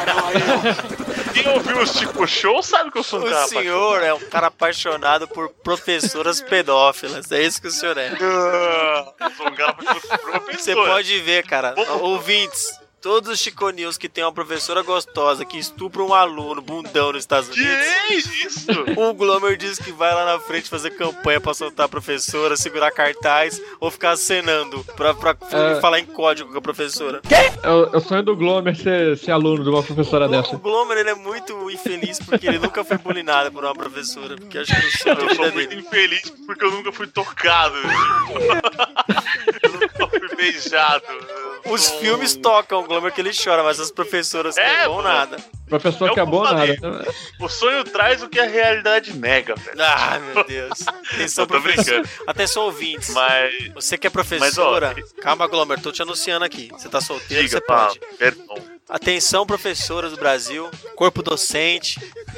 Speaker 1: Quem ouviu o Chico Show sabe que eu sou um cara
Speaker 2: O senhor é um cara apaixonado por professoras pedófilas. É isso que o senhor é.
Speaker 1: apaixonado. Eu sou um cara apaixonado por professor.
Speaker 2: Você pode ver, cara, ouvintes, todos os Chico News que tem uma professora gostosa que estupra um aluno bundão nos Estados
Speaker 1: Que
Speaker 2: Unidos.
Speaker 1: isso?
Speaker 2: O Glomer diz que vai lá na frente fazer campanha pra soltar a professora, segurar cartaz ou ficar acenando pra, pra
Speaker 6: É.
Speaker 2: falar em código com a professora.
Speaker 6: É o, é o sonho do Glomer ser, ser aluno de uma professora
Speaker 2: O
Speaker 6: dessa.
Speaker 2: Glomer, ele é muito infeliz porque ele nunca foi bulinado por uma professora. Porque acho que o sonho da
Speaker 1: Eu
Speaker 2: vida
Speaker 1: sou muito
Speaker 2: dele.
Speaker 1: infeliz porque eu nunca fui tocado. Eu nunca fui beijado. Eu
Speaker 2: Os
Speaker 1: sou
Speaker 2: filmes
Speaker 1: um-
Speaker 2: tocam o Glomer que ele chora, mas as professoras
Speaker 1: É,
Speaker 2: que é bom
Speaker 1: mano.
Speaker 2: nada.
Speaker 6: Professor
Speaker 1: É
Speaker 6: que é
Speaker 1: o que
Speaker 6: bom
Speaker 1: eu
Speaker 6: nada.
Speaker 1: falei. O sonho traz o que a realidade nega, velho.
Speaker 2: Ah, meu Deus. Atenção,
Speaker 1: Eu tô
Speaker 2: professor.
Speaker 1: brincando.
Speaker 2: Atenção, ouvintes.
Speaker 1: Mas.
Speaker 2: Você que é professora.
Speaker 1: Mas,
Speaker 2: Calma, Glomer, tô te anunciando aqui. Você tá solteiro,
Speaker 1: Diga,
Speaker 2: você
Speaker 1: fala,
Speaker 2: pode.
Speaker 1: perdão.
Speaker 2: Atenção, professoras do Brasil, corpo docente,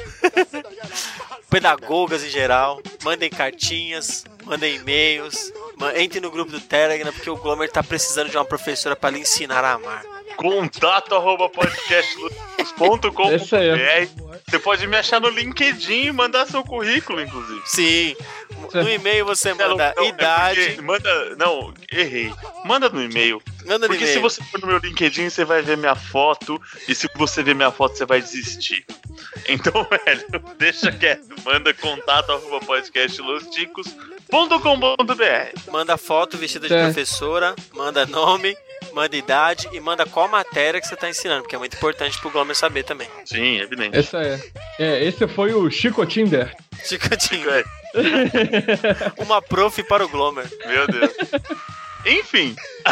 Speaker 2: pedagogas em geral, mandem cartinhas, mandem e-mails, ma- entre no grupo do Telegram, porque o Glomer tá precisando de uma professora pra lhe ensinar a amar.
Speaker 1: Contato arroba podcastluz ponto com ponto
Speaker 6: Esse aí.
Speaker 1: br. Você pode me achar no LinkedIn e mandar seu currículo, inclusive.
Speaker 2: Sim. No e-mail você manda não, não, idade.
Speaker 1: É manda. Não, errei. Manda no e-mail.
Speaker 2: Manda no
Speaker 1: porque
Speaker 2: e-mail.
Speaker 1: se você for no meu LinkedIn, você vai ver minha foto. E se você ver minha foto, você vai desistir. Então, velho, deixa quieto. Manda contato arroba podcastlosticos ponto com ponto b r.
Speaker 2: Manda foto vestida de é. professora, manda nome, manda idade e manda qual matéria que você tá ensinando, porque é muito importante pro Glomer saber também.
Speaker 1: Sim, evidente.
Speaker 6: Esse, é. É, esse foi o Chico Tinder.
Speaker 2: Chico Tinder. Uma prof para o Glomer.
Speaker 1: Meu Deus. Enfim.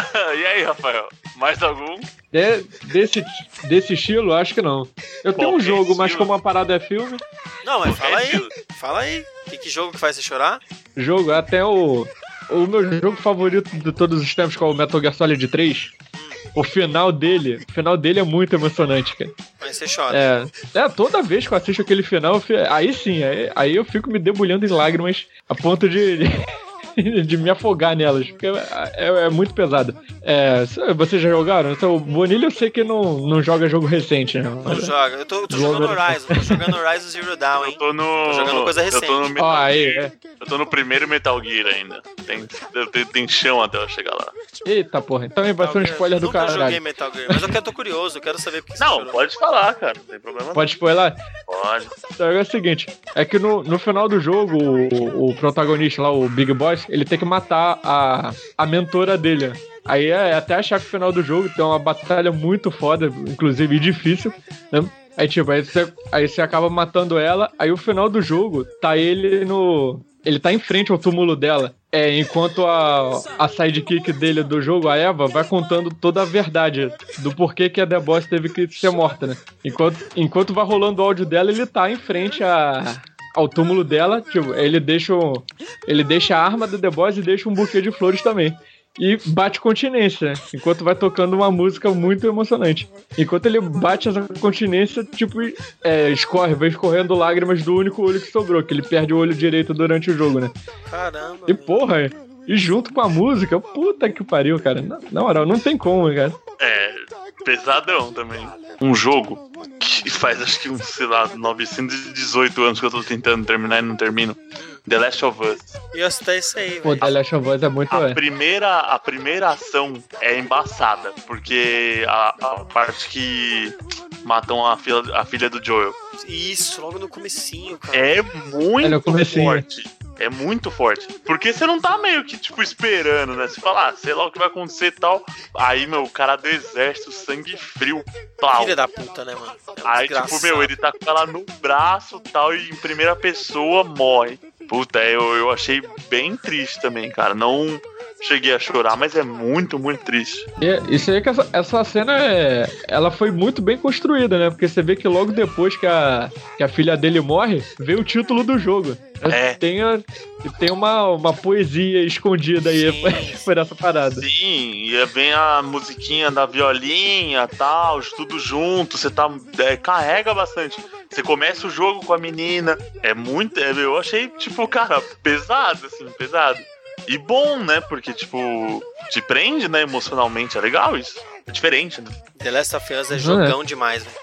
Speaker 1: E aí, Rafael? Mais algum?
Speaker 6: De, desse, desse estilo, acho que não. Eu tenho
Speaker 1: Qualquer
Speaker 6: um jogo,
Speaker 1: estilo.
Speaker 6: mas como a parada é filme...
Speaker 2: Não, mas
Speaker 1: Qualquer
Speaker 2: fala
Speaker 1: estilo.
Speaker 2: aí. Fala aí. Que, que jogo que faz você chorar?
Speaker 6: Jogo, até o... O meu jogo favorito de todos os tempos, que é o Metal Gear Solid três. O final dele, o final dele é muito emocionante, cara.
Speaker 2: Mas você chora.
Speaker 6: É, é toda vez que eu assisto aquele final, eu fico, aí sim, aí, aí eu fico me debulhando em lágrimas a ponto de, de, de me afogar nelas, porque é, é, é muito pesado. É, vocês já jogaram? Então, o Bonilha eu sei que não, não joga jogo recente, né?
Speaker 2: Não joga, eu tô, eu tô jogando Horizon, tô jogando Horizon Zero Dawn, hein?
Speaker 1: Eu tô no...
Speaker 2: Tô jogando coisa recente.
Speaker 1: Eu tô no Metal
Speaker 6: Ó, aí,
Speaker 1: Gear.
Speaker 6: é.
Speaker 1: Eu tô no primeiro Metal Gear ainda. Tem, tem, tem chão até eu chegar lá.
Speaker 6: Eita porra, então vai ser um spoiler do
Speaker 2: caralho. Eu nunca joguei
Speaker 6: caralho.
Speaker 2: Metal Gear, mas eu quero, tô curioso, eu quero saber porque
Speaker 1: Não,
Speaker 2: você
Speaker 1: pode falar, cara. Não tem problema.
Speaker 6: Pode spoiler?
Speaker 1: Pode.
Speaker 6: Então, é o seguinte, é que no, no final do jogo, o, o protagonista lá, o Big Boss, ele tem que matar a, a mentora dele. Aí é até achar que o final do jogo tem uma batalha muito foda, inclusive difícil, né? Aí tipo, aí você, aí você acaba matando ela, aí o final do jogo tá ele no... Ele tá em frente ao túmulo dela. É, enquanto a, a sidekick dele do jogo, a Eva, vai contando toda a verdade do porquê que a The Boss teve que ser morta, né? Enquanto, enquanto vai rolando o áudio dela, ele tá em frente a, ao túmulo dela, tipo, ele deixa, o, ele deixa a arma da The Boss e deixa um buquê de flores também. E bate continência, né? Enquanto vai tocando uma música muito emocionante. Enquanto ele bate essa continência, tipo, é, escorre, vai escorrendo lágrimas do único olho que sobrou, que ele perde o olho direito durante o jogo, né?
Speaker 2: Caramba.
Speaker 6: E porra, e junto com a música, puta que pariu, cara. Na, na moral, não tem como, cara.
Speaker 1: É, pesadão também. Um jogo que faz acho que uns, sei lá, novecentos e dezoito anos que eu tô tentando terminar e não termino. The Last of Us.
Speaker 2: E eu assisti isso aí,
Speaker 6: Pô,
Speaker 2: velho.
Speaker 6: The Last of Us é muito...
Speaker 1: A
Speaker 6: é.
Speaker 1: primeira, a primeira ação é embaçada, porque a, a parte que matam a filha, a filha do Joel
Speaker 2: Isso, logo no comecinho, cara.
Speaker 1: é
Speaker 6: É
Speaker 1: muito
Speaker 6: no comecinho.
Speaker 1: forte. É muito forte. Porque você não tá meio que, tipo, esperando, né? Você fala, ah, sei lá o que vai acontecer e tal. Aí, meu, o cara do exército, sangue frio, plau.
Speaker 2: Filha da puta, né, mano? É um
Speaker 1: Aí, tipo, meu, ele tá com ela no braço e tal, e em primeira pessoa morre. Puta, eu, eu achei bem triste também, cara. Não cheguei a chorar, mas é muito, muito triste.
Speaker 6: E, isso aí que essa, essa cena é, ela foi muito bem construída, né? Porque você vê que logo depois que a, que a filha dele morre, veio o título do jogo.
Speaker 1: É.
Speaker 6: Tem, a, tem uma, uma poesia escondida aí por essa parada.
Speaker 1: Sim, e vem a musiquinha da violinha e tal, tudo junto, você tá. É, carrega bastante. Você começa o jogo com a menina, é muito. É, eu achei, tipo, cara, pesado, assim, pesado. E bom, né? Porque, tipo, te prende, né, emocionalmente. É legal isso. É diferente, né?
Speaker 2: The Last of Us é jogão
Speaker 6: é.
Speaker 2: demais, velho.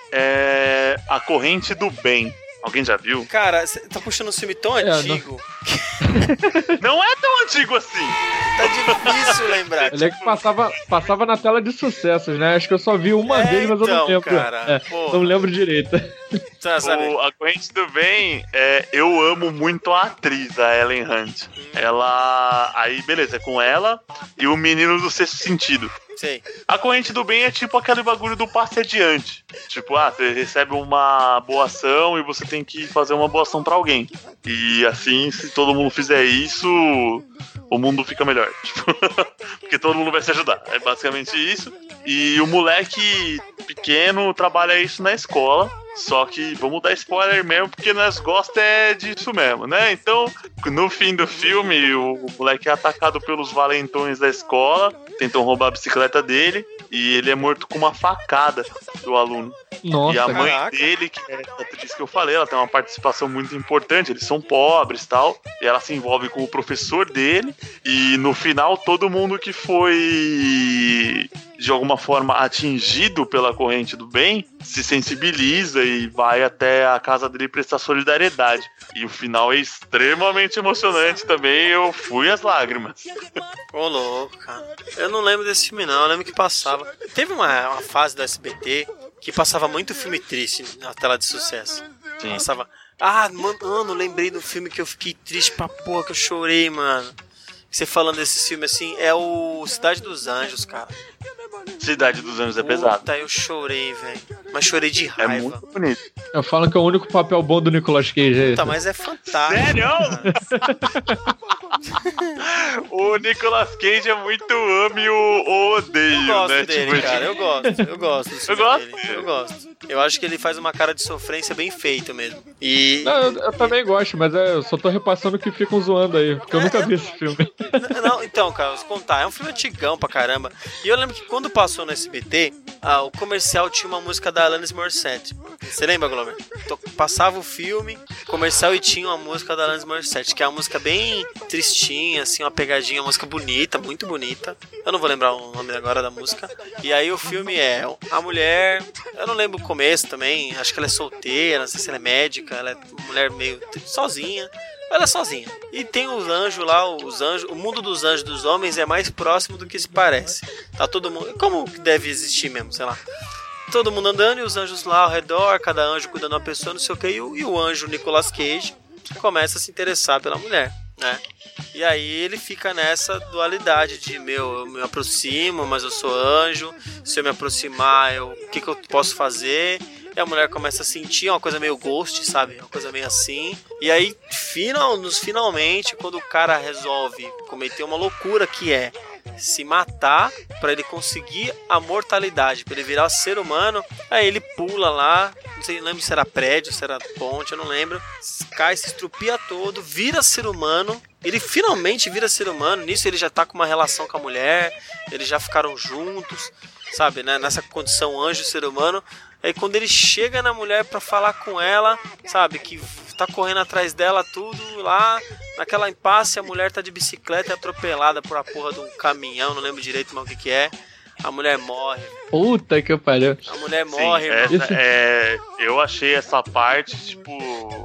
Speaker 1: É. A Corrente do Bem. Alguém já viu?
Speaker 2: Cara, você tá puxando um filme tão
Speaker 6: É,
Speaker 2: antigo.
Speaker 1: Não é tão antigo assim.
Speaker 2: Tá difícil lembrar.
Speaker 6: Ele é que passava, passava na tela de sucessos, né? Acho que eu só vi uma
Speaker 2: É,
Speaker 6: vez, mas eu não
Speaker 2: então,
Speaker 6: lembro.
Speaker 2: cara,
Speaker 6: É,
Speaker 2: porra.
Speaker 6: não lembro direito.
Speaker 2: Tá, sabe?
Speaker 1: O, a Corrente do Bem, é, eu amo muito a atriz, a Ellen Hunt. Ela. Aí, beleza, é com ela e o menino do Sexto Sentido.
Speaker 2: Sei.
Speaker 1: A Corrente do Bem é tipo aquele bagulho do passe adiante. Tipo, ah, você recebe uma boa ação e você tem que fazer uma boa ação pra alguém. E assim, se todo mundo fizer isso, o mundo fica melhor. Tipo, porque todo mundo vai se ajudar. É basicamente isso. E o moleque pequeno trabalha isso na escola. Só que vamos dar spoiler mesmo, porque nós gostamos é disso mesmo, né? Então, no fim do filme, o moleque é atacado pelos valentões da escola, tentam roubar a bicicleta dele, e ele é morto com uma facada do aluno.
Speaker 6: Nossa,
Speaker 1: e a mãe
Speaker 2: caraca.
Speaker 1: dele, que é essa atriz que eu falei, ela tem uma participação muito importante. Eles são pobres e tal. E ela se envolve com o professor dele. E no final, todo mundo que foi de alguma forma atingido pela corrente do bem se sensibiliza e vai até a casa dele prestar solidariedade. E o final é extremamente emocionante também. Eu fui às lágrimas.
Speaker 2: Ô, louco, cara. Eu não lembro desse filme, não. Eu lembro que passava. Teve uma, uma fase do S B T que passava muito filme triste na tela de sucesso.
Speaker 1: Sim.
Speaker 2: Passava. Ah, mano, lembrei do filme que eu fiquei triste pra porra, que eu chorei, mano. Você falando desse filme assim, é o Cidade dos Anjos, cara.
Speaker 1: Cidade dos Anjos é pesado.
Speaker 2: Puta, eu chorei, velho. Mas chorei de
Speaker 1: É
Speaker 2: raiva.
Speaker 1: muito bonito.
Speaker 6: Eu falo que é o único papel bom do Nicolas Cage é esse.
Speaker 2: Puta, mas é fantástico.
Speaker 1: Sério?
Speaker 2: cara.
Speaker 1: O Nicolas Cage é muito ame ou odeio,
Speaker 2: Eu gosto
Speaker 1: né?
Speaker 2: dele,
Speaker 1: Tipo,
Speaker 2: cara. Eu gosto. Eu gosto do filme
Speaker 1: gosto.
Speaker 2: dele. Eu gosto. Eu acho que ele faz uma cara de sofrência bem feita mesmo. E.
Speaker 6: Não, eu, eu também gosto, mas é, eu só tô repassando que ficam zoando aí, porque eu nunca vi esse filme.
Speaker 2: Não, então, cara, vou contar. É um filme antigão pra caramba. E eu lembro que quando passou no S B T, ah, o comercial tinha uma música da Alanis Morissette. Você lembra, Glomer? Então, passava o filme, comercial, e tinha uma música da Alanis Morissette, que é uma música bem tristinha, assim, uma pegadinha, uma música bonita, muito bonita. Eu não vou lembrar o nome agora da música. E aí o filme é a mulher, eu não lembro o começo também, acho que ela é solteira, não sei se ela é médica, ela é uma mulher meio sozinha. Ela é sozinha. E tem os anjos lá, os anjos. O mundo dos anjos dos homens é mais próximo do que se parece. Tá todo mundo. Como deve existir mesmo, sei lá. Todo mundo andando e os anjos lá ao redor, cada anjo cuidando de uma pessoa, não sei o que. E o, e o anjo Nicolas Cage começa a se interessar pela mulher, né? E aí ele fica nessa dualidade de, meu, eu me aproximo, mas eu sou anjo. Se eu me aproximar, eu, o que, que eu posso fazer? E a mulher começa a sentir uma coisa meio ghost, sabe? Uma coisa meio assim. E aí, final, nos finalmente, quando o cara resolve cometer uma loucura que é se matar para ele conseguir a mortalidade, para ele virar ser humano, aí ele pula lá, não sei, não lembro se era prédio, se era ponte, eu não lembro, cai, se estrupia todo, vira ser humano. Ele finalmente vira ser humano. Nisso ele já tá com uma relação com a mulher, eles já ficaram juntos, sabe, né? Nessa condição anjo ser humano. Aí quando ele chega na mulher pra falar com ela, sabe, que tá correndo atrás dela tudo lá, naquela impasse, a mulher tá de bicicleta e atropelada por a porra de um caminhão, não lembro direito mais o que que é. A mulher morre.
Speaker 6: Puta que pariu.
Speaker 2: A mulher
Speaker 1: Sim,
Speaker 2: morre,
Speaker 1: essa,
Speaker 2: irmão.
Speaker 1: é, eu achei essa parte, tipo,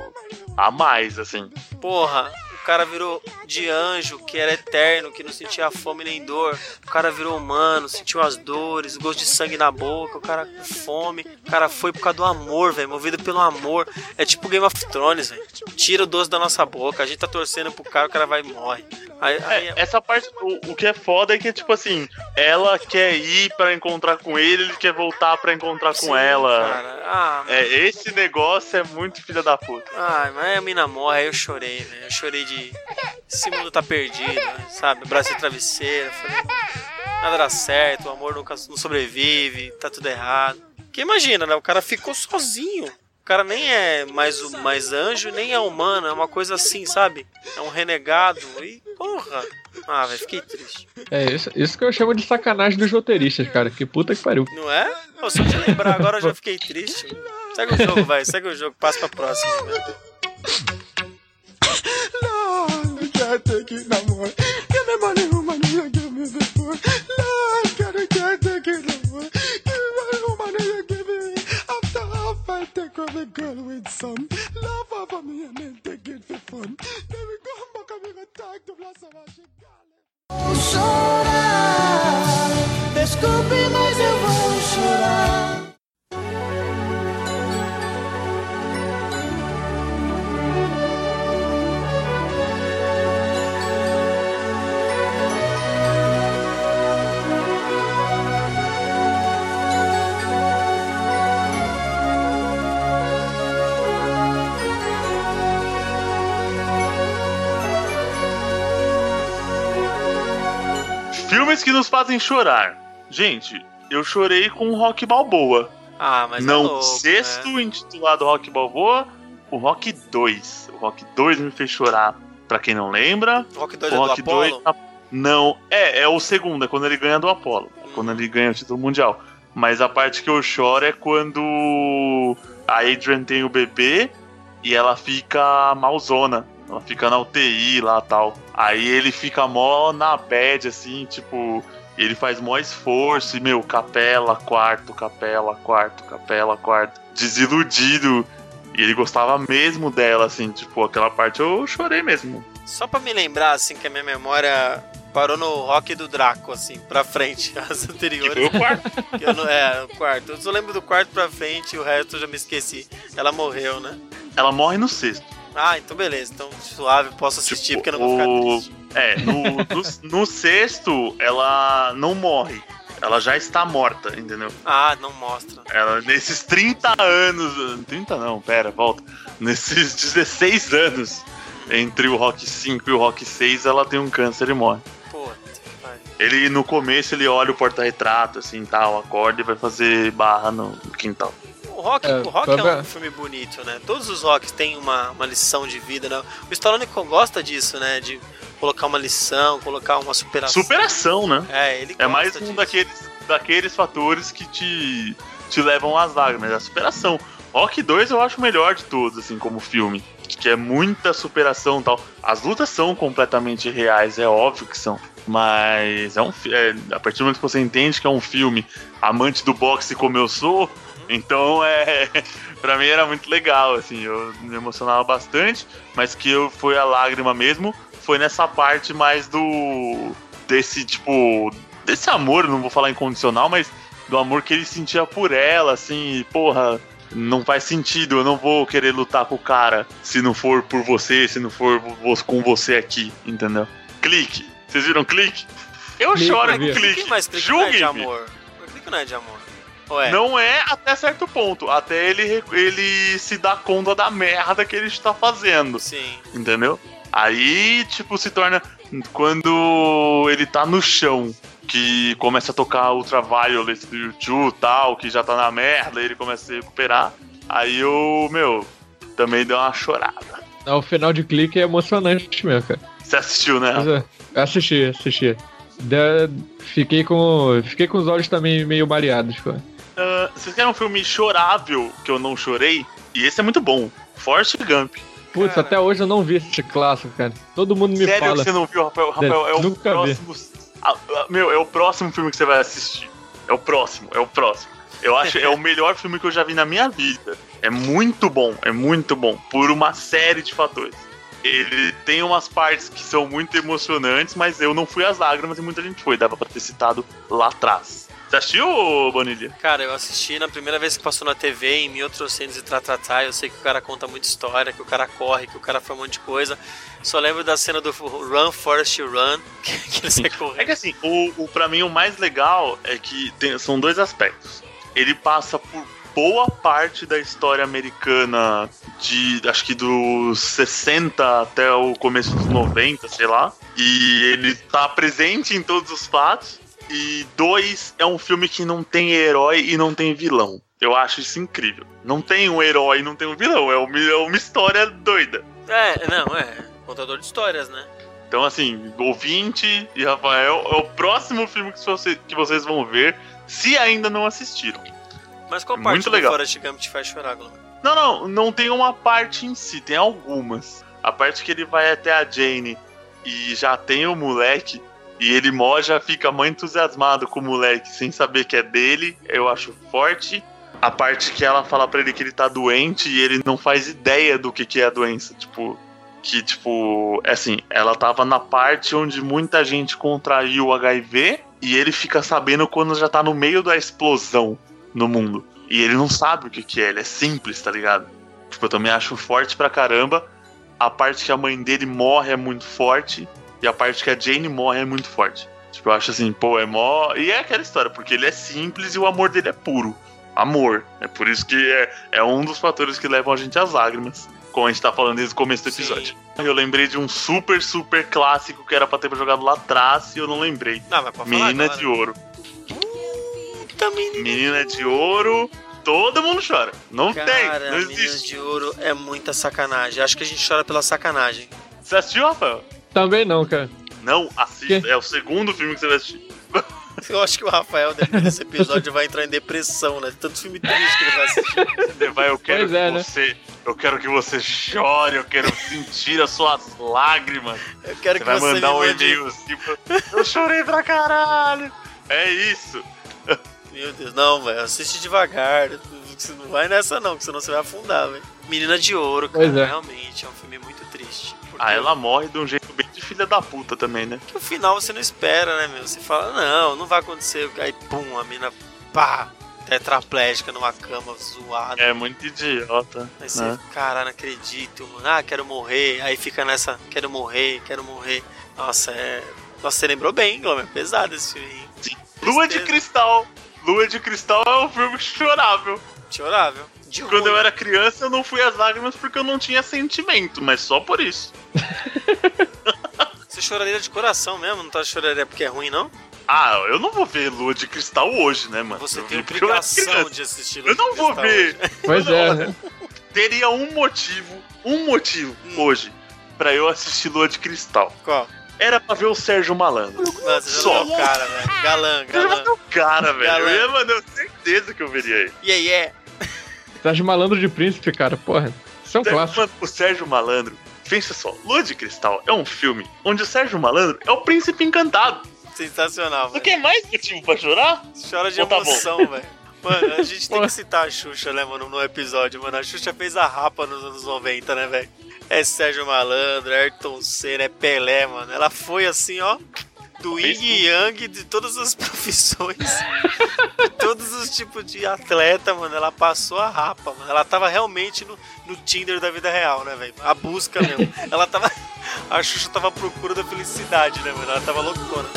Speaker 1: a mais, assim.
Speaker 2: Porra, o cara virou de anjo, que era eterno, que não sentia fome nem dor. O cara virou humano, sentiu as dores, gosto de sangue na boca, o cara com fome. O cara foi por causa do amor, velho, movido pelo amor. É tipo Game of Thrones, velho. Tira o doce da nossa boca, a gente tá torcendo pro cara, o cara vai e morre. Aí, aí...
Speaker 1: É, essa parte, o, o que é foda é que, tipo assim, ela quer ir pra encontrar com ele, ele quer voltar pra encontrar
Speaker 2: Sim,
Speaker 1: com ela.
Speaker 2: Cara. Ah,
Speaker 1: É, esse negócio é muito filha da puta.
Speaker 2: Ai, mas a mina morre, aí eu chorei, velho. Eu chorei de. Esse mundo tá perdido, né? Sabe? Braço de travesseiro. Falei, nada dá certo, o amor nunca não sobrevive, tá tudo errado. Porque imagina, né? O cara ficou sozinho. O cara nem é mais, mais anjo, nem é humano. É uma coisa assim, sabe? É um renegado. E, porra. Ah, velho, fiquei triste.
Speaker 6: É isso, isso que eu chamo de sacanagem dos roteiristas, cara. Que puta que pariu.
Speaker 2: Não é? Pô, só de lembrar agora eu já fiquei triste. Segue o jogo, vai. Segue o jogo. Passa pra próxima. Velho.
Speaker 8: Lord, I can't take it no more. Give me money, woman, you give me before. Lord, God, I can't take it no more. Give me money, woman, you give me. After half, I take every girl with some. Love over me and then take it for fun. Then we go back and we go talk to Blossom and she got it. Chorar, desculpe, mas eu vou chorar.
Speaker 1: Filmes que nos fazem chorar. Gente, eu chorei com o Rock Balboa.
Speaker 2: Ah, mas
Speaker 1: Não
Speaker 2: é
Speaker 1: o
Speaker 2: louco,
Speaker 1: sexto,
Speaker 2: né?
Speaker 1: intitulado Rock Balboa, o Rock dois. O Rock dois me fez chorar. Pra quem não lembra,
Speaker 2: Rock dois
Speaker 1: o
Speaker 2: é do
Speaker 1: Rock
Speaker 2: Apollo?
Speaker 1: dois... Não, é, é o segundo, é quando ele ganha do Apollo. É
Speaker 2: Hum.
Speaker 1: quando ele ganha o título mundial. Mas a parte que eu choro é quando a Adrian tem o bebê e ela fica malzona. Ela fica na U T I lá e tal. Aí ele fica mó na bad, assim, tipo... Ele faz mó esforço e, meu, capela, quarto, capela, quarto, capela, quarto. Desiludido. E ele gostava mesmo dela, assim, tipo, aquela parte eu chorei mesmo.
Speaker 2: Só pra me lembrar, assim, que a minha memória parou no Rock do Draco, assim, pra frente. As anteriores.
Speaker 1: Que foi o quarto.
Speaker 2: Eu não, é, o quarto. Eu só lembro do quarto pra frente e o resto eu já me esqueci. Ela morreu, né?
Speaker 1: Ela morre no sexto.
Speaker 2: Ah, então beleza. Então suave, posso assistir,
Speaker 1: Tipo,
Speaker 2: porque eu não vou ficar
Speaker 1: o...
Speaker 2: triste.
Speaker 1: É, no, no, no sexto, ela não morre. Ela já está morta, entendeu?
Speaker 2: Ah, não mostra.
Speaker 1: Ela, nesses trinta anos... trinta não, pera, volta. Nesses dezesseis anos, entre o Rock cinco e o Rock seis, ela tem um câncer e morre.
Speaker 2: Pô,
Speaker 1: ele, no começo, ele olha o porta-retrato, assim, tal, acorda e vai fazer barra no quintal.
Speaker 2: O Rock,
Speaker 6: É,
Speaker 2: o Rock
Speaker 6: foi
Speaker 2: é
Speaker 6: bem.
Speaker 2: um filme bonito, né? Todos os Rocks têm uma, uma lição de vida, né? O Stallone gosta disso, né? De colocar uma lição, colocar uma superação.
Speaker 1: Superação, né?
Speaker 2: É, ele gosta
Speaker 1: É mais um
Speaker 2: disso.
Speaker 1: daqueles, daqueles fatores que te, te levam às lágrimas, a superação. Rock dois eu acho o melhor de todos, assim, como filme. Que é muita superação e tal. As lutas são completamente reais, é óbvio que são. Mas é um é, a partir do momento que você entende que é um filme amante do boxe como eu sou, então é... Pra mim era muito legal, assim, eu me emocionava bastante, mas que eu foi a lágrima mesmo, foi nessa parte mais do... Desse, tipo... Desse amor, não vou falar incondicional, mas do amor que ele sentia por ela, assim, porra... Não faz sentido, eu não vou querer lutar com o cara se não for por você, se não for com você aqui, entendeu? Clique. Vocês viram Clique? Eu
Speaker 6: Clique,
Speaker 1: choro
Speaker 6: eu
Speaker 1: com
Speaker 6: vi.
Speaker 1: Clique.
Speaker 2: Mas Clique não é de
Speaker 1: Julguem-me.
Speaker 2: amor. O Clique não é de amor. Ou é?
Speaker 1: Não é até certo ponto. Até ele, ele se dá conta da merda que ele está fazendo.
Speaker 2: Sim.
Speaker 1: Entendeu? Aí, tipo, se torna... Quando ele tá no chão, que começa a tocar Ultraviolet do YouTube e tal, que já tá na merda, ele começa a se recuperar. Aí eu, meu, também deu uma chorada.
Speaker 6: O final de Clique é emocionante mesmo, cara.
Speaker 1: Você assistiu, né?
Speaker 6: Mas, é, assisti, assisti. Da- fiquei com. Fiquei com os olhos também meio mareados, cara.
Speaker 1: Uh, vocês querem um filme chorável que eu não chorei? E esse é muito bom. Forrest Gump.
Speaker 6: Putz,
Speaker 2: Cara.
Speaker 6: até hoje eu não vi esse clássico, cara. Todo mundo me
Speaker 1: Sério
Speaker 6: fala.
Speaker 1: que você não viu, Rafael? Rafael, é o
Speaker 6: Nunca vi.
Speaker 1: próximo... Ah, ah, meu, é o próximo filme que você vai assistir. É o próximo, é o próximo. Eu acho é o melhor filme que eu já vi na minha vida. É muito bom, é muito bom. Por uma série de fatores. Ele tem umas partes que são muito emocionantes, mas eu não fui às lágrimas e muita gente foi. Dava pra ter citado lá atrás. Você assistiu, Bonilha?
Speaker 2: Cara, eu assisti na primeira vez que passou na T V, em mil e oitocentos e tratatá. Eu sei que o cara conta muita história, que o cara corre, que o cara faz um monte de coisa. Só lembro da cena do Run, Forrest, Run, que, que ele sai
Speaker 1: É
Speaker 2: correndo.
Speaker 1: que assim, o, o, pra mim o mais legal é que tem, são dois aspectos. Ele passa por boa parte da história americana de, acho que dos sessenta até o começo dos noventa, sei lá. E ele tá presente em todos os fatos. E dois, é um filme que não tem herói e não tem vilão. Eu acho isso incrível. Não tem um herói e não tem um vilão. É uma, é uma história doida.
Speaker 2: É, não, é. Contador de histórias, né?
Speaker 1: Então, assim, ouvinte e Rafael, é o próximo filme que, você, que vocês vão ver, se ainda não assistiram.
Speaker 2: Mas qual
Speaker 1: É
Speaker 2: parte
Speaker 1: muito
Speaker 2: do
Speaker 1: legal.
Speaker 2: Forrest Gump te faz chorar, Globo?
Speaker 1: Não, não, não tem uma parte em si, tem algumas. A parte que ele vai até a Jane e já tem o moleque, e ele mó já fica muito entusiasmado com o moleque, sem saber que é dele, eu acho forte. A parte que ela fala pra ele que ele tá doente e ele não faz ideia do que, que é a doença, tipo... Que, tipo, é assim, ela tava na parte onde muita gente contraiu o H I V e ele fica sabendo quando já tá no meio da explosão no mundo. E ele não sabe o que que é, ele é simples, tá ligado? Tipo, eu também acho forte pra caramba. A parte que a mãe dele morre é muito forte e a parte que a Jane morre é muito forte. Tipo, eu acho assim, pô, é mó... E é aquela história, porque ele é simples e o amor dele é puro. Amor. É por isso que é, é um dos fatores que levam a gente às lágrimas. Como a gente tá falando desde o começo do episódio. Sim. Eu lembrei de um super, super clássico que era pra ter jogado lá atrás e eu não lembrei.
Speaker 2: Não, mas pode
Speaker 1: Menina
Speaker 2: falar
Speaker 1: de Ouro.
Speaker 2: Puta, menina.
Speaker 1: Menina de Ouro, todo mundo chora. Não
Speaker 2: Cara,
Speaker 1: tem, não
Speaker 2: Meninas
Speaker 1: existe.
Speaker 2: de Ouro é muita sacanagem. Acho que a gente chora pela sacanagem.
Speaker 1: Você assistiu, Rafael?
Speaker 6: Também não, cara.
Speaker 1: Não, assista.
Speaker 6: Que?
Speaker 1: É o segundo filme que você vai assistir.
Speaker 2: Eu acho que o Rafael, depois desse episódio, vai entrar em depressão, né? Tanto filme triste que ele vai assistir.
Speaker 1: Vai, eu quero
Speaker 6: Pois é,
Speaker 1: que
Speaker 6: né?
Speaker 1: você. Eu quero que você chore, eu quero sentir as suas lágrimas.
Speaker 2: Eu quero
Speaker 1: Você
Speaker 2: que
Speaker 1: vai
Speaker 2: você
Speaker 1: mandar
Speaker 2: me
Speaker 1: um
Speaker 2: mande...
Speaker 1: e-mail assim, pra- eu chorei pra caralho. É isso.
Speaker 2: Meu Deus, não, velho, assiste devagar. Você não vai nessa não, que senão você vai afundar, velho. Menina de Ouro, cara,
Speaker 6: Pois é.
Speaker 2: realmente é um filme muito triste. Porque
Speaker 1: Ah, ela morre de um jeito bem de filha da puta também, né?
Speaker 2: que o final você não espera, né, meu? Você fala, não, não vai acontecer. Aí, pum, a mina, pá, tetraplégica numa cama zoada.
Speaker 1: É muito idiota.
Speaker 2: Aí você,
Speaker 1: né?
Speaker 2: cara, não acredito, mano. Ah, quero morrer. Aí fica nessa, quero morrer, quero morrer. Nossa, é... Nossa, você lembrou bem, Glomer. É pesado esse filme aí.
Speaker 1: Lua de Cristal. Lua de Cristal é um filme chorável.
Speaker 2: Chorável. De
Speaker 1: Quando
Speaker 2: ruim.
Speaker 1: eu era criança, eu não fui às lágrimas porque eu não tinha sentimento, mas só por isso.
Speaker 2: Você choraria de coração mesmo? Não tá choraria porque é ruim, não?
Speaker 1: Ah, eu não vou ver Lua de Cristal hoje, né, mano?
Speaker 2: Você
Speaker 1: Eu
Speaker 2: tem
Speaker 1: vi porque eu era
Speaker 2: obrigação
Speaker 1: criança.
Speaker 2: de assistir.
Speaker 1: Eu não vou ver.
Speaker 6: Pois é, né?
Speaker 1: Teria um motivo, um motivo
Speaker 2: Hum.
Speaker 1: hoje pra eu assistir Lua de Cristal.
Speaker 2: Qual?
Speaker 1: Era pra ver o Sérgio Malandro.
Speaker 2: Nossa, já
Speaker 1: Só.
Speaker 2: não é o cara, velho. Galã,
Speaker 1: Eu já
Speaker 2: galã.
Speaker 1: o cara, velho.
Speaker 2: Galã.
Speaker 1: Eu ia, mano, eu tenho certeza que eu veria ele.
Speaker 2: Yeah, yeah.
Speaker 6: Sérgio Malandro de Príncipe, cara, porra. Isso é um clássico.
Speaker 1: Mano, o Sérgio Malandro, pensa só, Lua de Cristal é um filme onde o Sérgio Malandro é o príncipe encantado.
Speaker 2: Sensacional,
Speaker 1: Você
Speaker 2: velho.
Speaker 1: quer mais motivo pra chorar?
Speaker 2: Chora de
Speaker 1: Ou tá bom?
Speaker 2: emoção, velho. Mano, a gente tem que citar a Xuxa, né, mano, no episódio, mano. A Xuxa fez a rapa nos anos noventa, né, velho? É Sérgio Malandro, é Ayrton Senna, é Pelé, mano. Ela foi assim, ó, do
Speaker 1: Fez
Speaker 2: yin e yang de todas as profissões, de todos os tipos de atleta, mano. Ela passou a rapa, mano. Ela tava realmente no, no Tinder da vida real, né, velho? A busca mesmo. Ela tava... A Xuxa tava à procura da felicidade, né, mano? Ela tava loucona.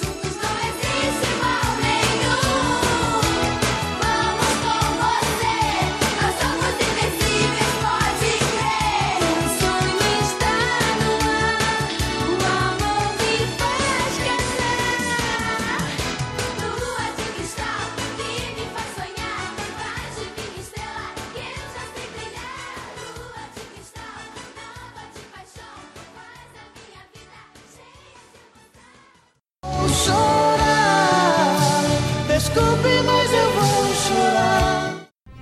Speaker 8: Desculpe, mas eu vou chorar.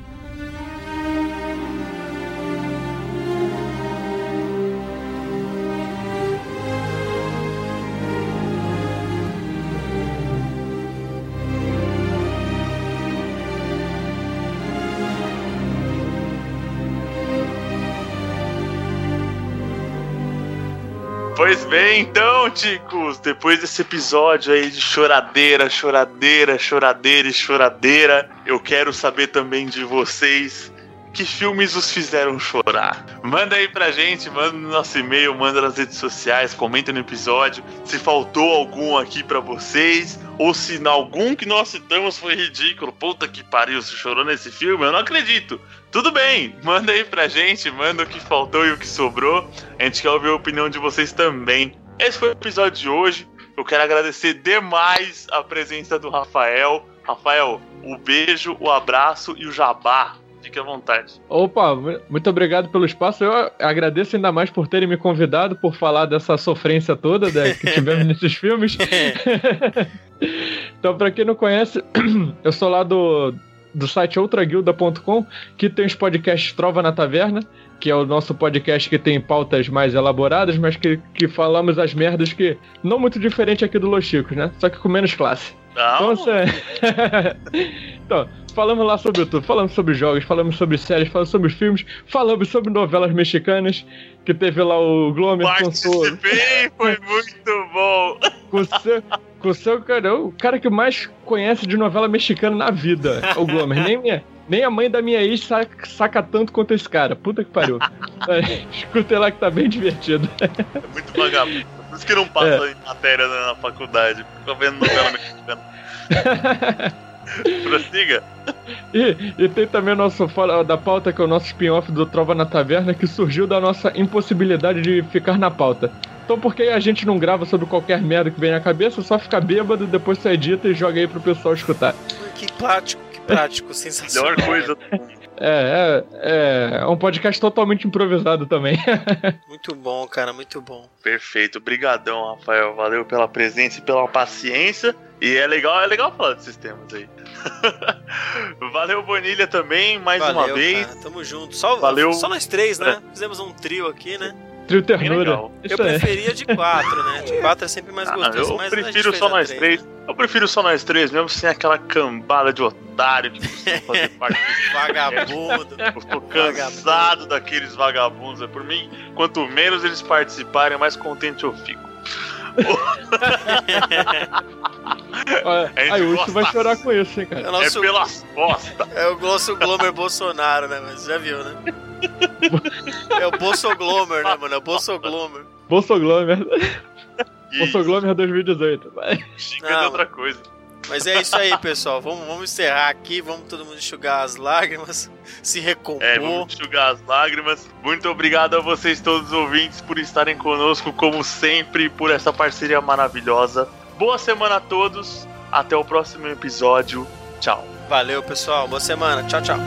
Speaker 1: Pois bem, então, ticos, depois desse episódio aí de choradeira, choradeira, choradeira e choradeira, eu quero saber também de vocês que filmes os fizeram chorar. Manda aí pra gente, manda no nosso e-mail, manda nas redes sociais, comenta no episódio se faltou algum aqui pra vocês, ou se algum que nós citamos foi ridículo. Puta que pariu, você chorou nesse filme? Eu não acredito. Tudo bem, manda aí pra gente, manda o que faltou e o que sobrou. A gente quer ouvir a opinião de vocês também. Esse foi o episódio de hoje. Eu quero agradecer demais a presença do Rafael. Rafael, o beijo, o abraço e o jabá. Fique à vontade.
Speaker 6: Opa, mu- muito obrigado pelo espaço. Eu agradeço ainda mais por terem me convidado, por falar dessa sofrência toda, né, que tivemos nesses filmes. Então, pra quem não conhece, eu sou lá do, do site outra guilda ponto com, que tem os podcasts Trova na Taverna, que é o nosso podcast que tem pautas mais elaboradas, mas que, que falamos as merdas que não muito diferente aqui do Los Chicos, né? Só que com menos classe.
Speaker 1: Não,
Speaker 6: Então, cê- então, falamos lá sobre tudo. Falamos sobre jogos, falamos sobre séries, falamos sobre filmes, falamos sobre novelas mexicanas, que teve lá o Glomer com seu,
Speaker 1: participei, foi muito bom.
Speaker 6: com seu, com seu cara, o cara que mais conhece de novela mexicana na vida, é o Glomer. Nem, minha, nem a mãe da minha ex saca, saca tanto quanto esse cara. Puta que pariu. Escutem lá que tá bem divertido.
Speaker 1: É muito vagabundo. Por isso que não passa em matéria na, na faculdade. Fica vendo novela mexicana. Prossiga.
Speaker 6: E, e tem também o nosso Fala da Pauta, que é o nosso spin-off do Trova na Taverna, que surgiu da nossa impossibilidade de ficar na pauta. Então por que a gente não grava sobre qualquer merda que vem na cabeça, só fica bêbado, depois você edita e joga aí pro pessoal escutar.
Speaker 2: Que prático, que prático, sensacional.
Speaker 1: Melhor coisa.
Speaker 6: É, é, é um podcast totalmente improvisado também.
Speaker 2: Muito bom, cara, muito bom.
Speaker 1: Perfeito, brigadão, Rafael. Valeu pela presença e pela paciência. E é legal, é legal falar desses temas aí. Valeu, Bonilha, também, mais
Speaker 2: Valeu,
Speaker 1: uma vez.
Speaker 2: Cara, tamo junto. Só,
Speaker 1: Valeu.
Speaker 2: Só nós três, né? Fizemos um trio aqui, né?
Speaker 6: Trio
Speaker 1: Bem
Speaker 6: ternura.
Speaker 1: legal.
Speaker 6: Isso
Speaker 2: Eu
Speaker 6: aí.
Speaker 2: preferia de quatro, né? De quatro é sempre mais
Speaker 1: Ah,
Speaker 2: gostoso.
Speaker 1: eu
Speaker 2: mas a gente
Speaker 1: prefiro
Speaker 2: fez
Speaker 1: só
Speaker 2: a
Speaker 1: nós
Speaker 2: três,
Speaker 1: três.
Speaker 2: né?
Speaker 1: Eu prefiro só nós três, mesmo sem aquela cambada de otário que precisa fazer parte disso.
Speaker 2: Vagabundo.
Speaker 1: Eu tô cansado daqueles vagabundos. Por mim, quanto menos eles participarem, mais contente eu fico.
Speaker 6: Olha,
Speaker 1: A gente
Speaker 6: aí o
Speaker 1: gosta
Speaker 6: Ucho vai chorar com isso, hein,
Speaker 2: É,
Speaker 6: cara.
Speaker 2: o nosso,
Speaker 1: É pelas costas.
Speaker 2: é o nosso Glomer Bolsonaro, né? Mas já viu, né? É o Bolsoglomer, né, mano? É o Bolsoglomer.
Speaker 6: Bolsoglomer.
Speaker 1: E
Speaker 6: Bolsoglomer dois mil e dezoito. Vai.
Speaker 1: xinga
Speaker 2: Não,
Speaker 1: de outra coisa.
Speaker 2: Mas é isso aí, pessoal. Vamos, vamos encerrar aqui. Vamos todo mundo enxugar as lágrimas, se recompor.
Speaker 1: É, vamos enxugar as lágrimas. Muito obrigado a vocês todos os ouvintes por estarem conosco, como sempre, por essa parceria maravilhosa. Boa semana a todos. Até o próximo episódio. Tchau.
Speaker 2: Valeu, pessoal. Boa semana. Tchau, tchau.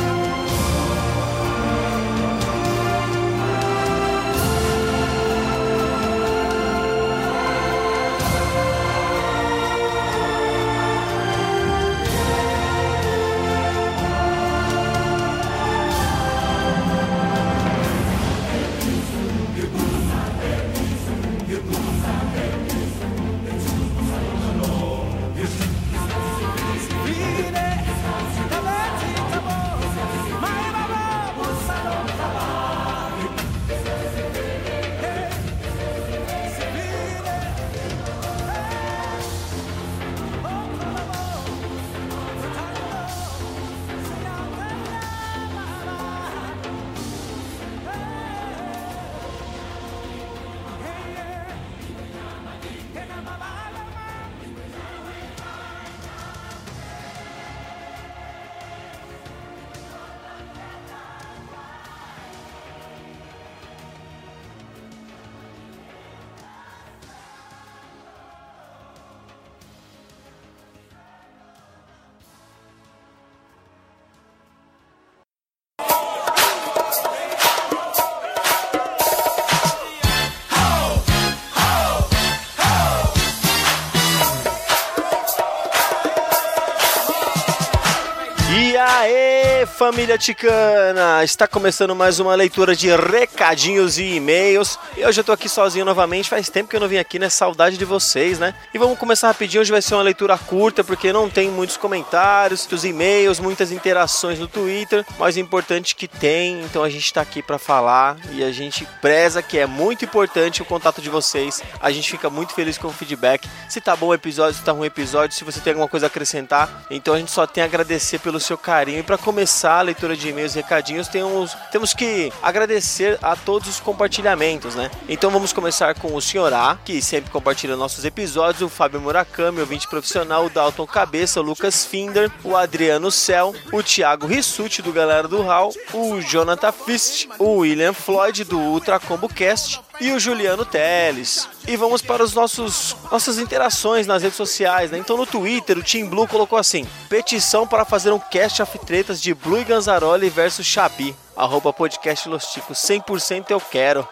Speaker 2: E aê, família ticana! Está começando mais uma leitura de recadinhos e e-mails. E hoje eu tô aqui sozinho novamente, faz tempo que eu não vim aqui, né? Saudade de vocês, né? E vamos começar rapidinho, hoje vai ser uma leitura curta, porque não tem muitos comentários, muitos e-mails, muitas interações no Twitter, mas o importante que tem, então a gente tá aqui pra falar e a gente preza que é muito importante o contato de vocês. A gente fica muito feliz com o feedback, se tá bom o episódio, se tá ruim o episódio, se você tem alguma coisa a acrescentar. Então a gente só tem a agradecer pelo seu carinho. E para começar a leitura de e-mails e recadinhos, temos, temos que agradecer a todos os compartilhamentos, né? Então vamos começar com o senhor A, que sempre compartilha nossos episódios, o Fábio Murakami, ouvinte profissional, o Dalton Cabeça, o Lucas Finder, o Adriano Cel, o Thiago Rissuti, do Galera do Hall, o Jonathan Fist, o William Floyd, do Ultra Combo Cast, e o Juliano Teles. E vamos para os nossos nossas interações nas redes sociais, né? Então no Twitter o Team Blue colocou assim: petição para fazer um cast of tretas de Blue e Ganzaroli versus Xabi. Arroba podcast Los Ticos, cem por cento eu quero.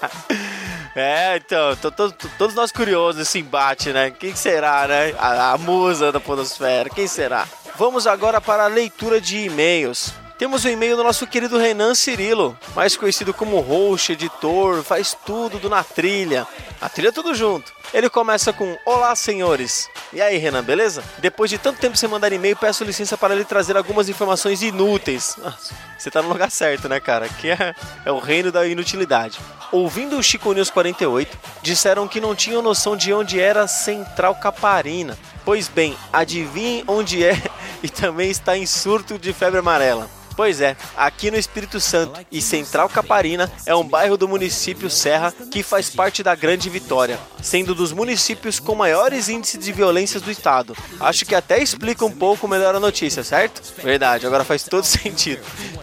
Speaker 2: É, então, tô, tô, tô, todos nós curiosos desse embate, né? Quem será, né? A, a musa da podosfera, quem será? Vamos agora para a leitura de e-mails. Temos um e-mail do nosso querido Renan Cirilo, mais conhecido como host, editor, faz tudo do Na Trilha. A trilha tudo junto. Ele começa com: olá, senhores. E aí, Renan, beleza? Depois de tanto tempo sem mandar e-mail, peço licença para lhe trazer algumas informações inúteis. Nossa, você tá no lugar certo, né, cara? Que é, é o reino da inutilidade. Ouvindo o Chico News quarenta e oito, disseram que não tinham noção de onde era Central Caparina. Pois bem, adivinhem onde é e também está em surto de febre amarela. Pois é, aqui no Espírito Santo, e Central Caparina é um bairro do município Serra que faz parte da Grande Vitória, sendo dos municípios com maiores índices de violências do estado. Acho que até explica um pouco melhor a notícia, certo? Verdade, agora faz todo sentido.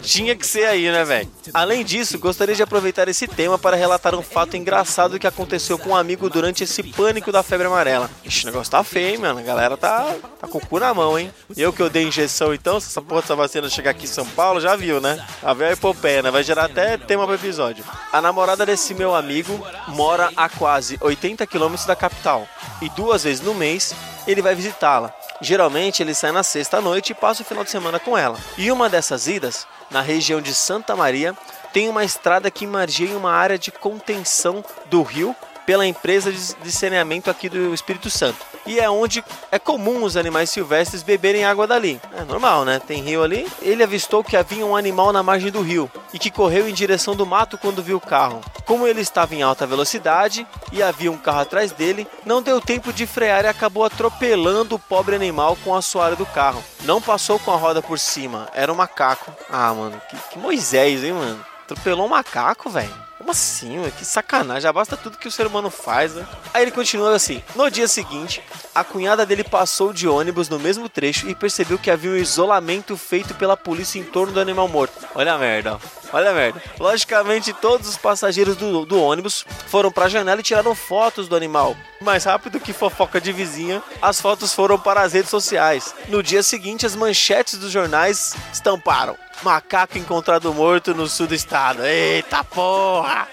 Speaker 2: Tinha que ser aí, né, velho? Além disso, gostaria de aproveitar esse tema para relatar um fato engraçado que aconteceu com um amigo durante esse pânico da febre amarela. Ixi, o negócio tá feio, hein, mano? A galera tá, tá com o cu na mão, hein? Eu que eu dei injeção, então, se essa porra dessa vacina chegar aqui em São Paulo, já viu, né? A velha epopeia, né? Vai gerar até tema pro episódio. A namorada desse meu amigo mora a quase oitenta quilômetros da capital. E duas vezes no mês, ele vai visitá-la. Geralmente ele sai na sexta-noite e passa o final de semana com ela. E uma dessas idas, na região de Santa Maria, tem uma estrada que margeia uma área de contenção do rio pela empresa de saneamento aqui do Espírito Santo. E é onde é comum os animais silvestres beberem água dali. É normal, né? Tem rio ali. Ele avistou que havia um animal na margem do rio e que correu em direção do mato quando viu o carro. Como ele estava em alta velocidade e havia um carro atrás dele, não deu tempo de frear e acabou atropelando o pobre animal com o assoalho do carro. Não passou com a roda por cima, era um macaco. Ah, mano, que, que Moisés, hein, mano? Atropelou um macaco, velho. Como assim, mano? Que sacanagem, já basta tudo que o ser humano faz, né? Aí ele continua assim: no dia seguinte, a cunhada dele passou de ônibus no mesmo trecho e percebeu que havia um isolamento feito pela polícia em torno do animal morto. Olha a merda, ó. Olha a merda. Logicamente, todos os passageiros do, do ônibus foram pra janela e tiraram fotos do animal. Mais rápido que fofoca de vizinha, as fotos foram para as redes sociais. No dia seguinte, as manchetes dos jornais estamparam: macaco encontrado morto no sul do estado. Eita porra!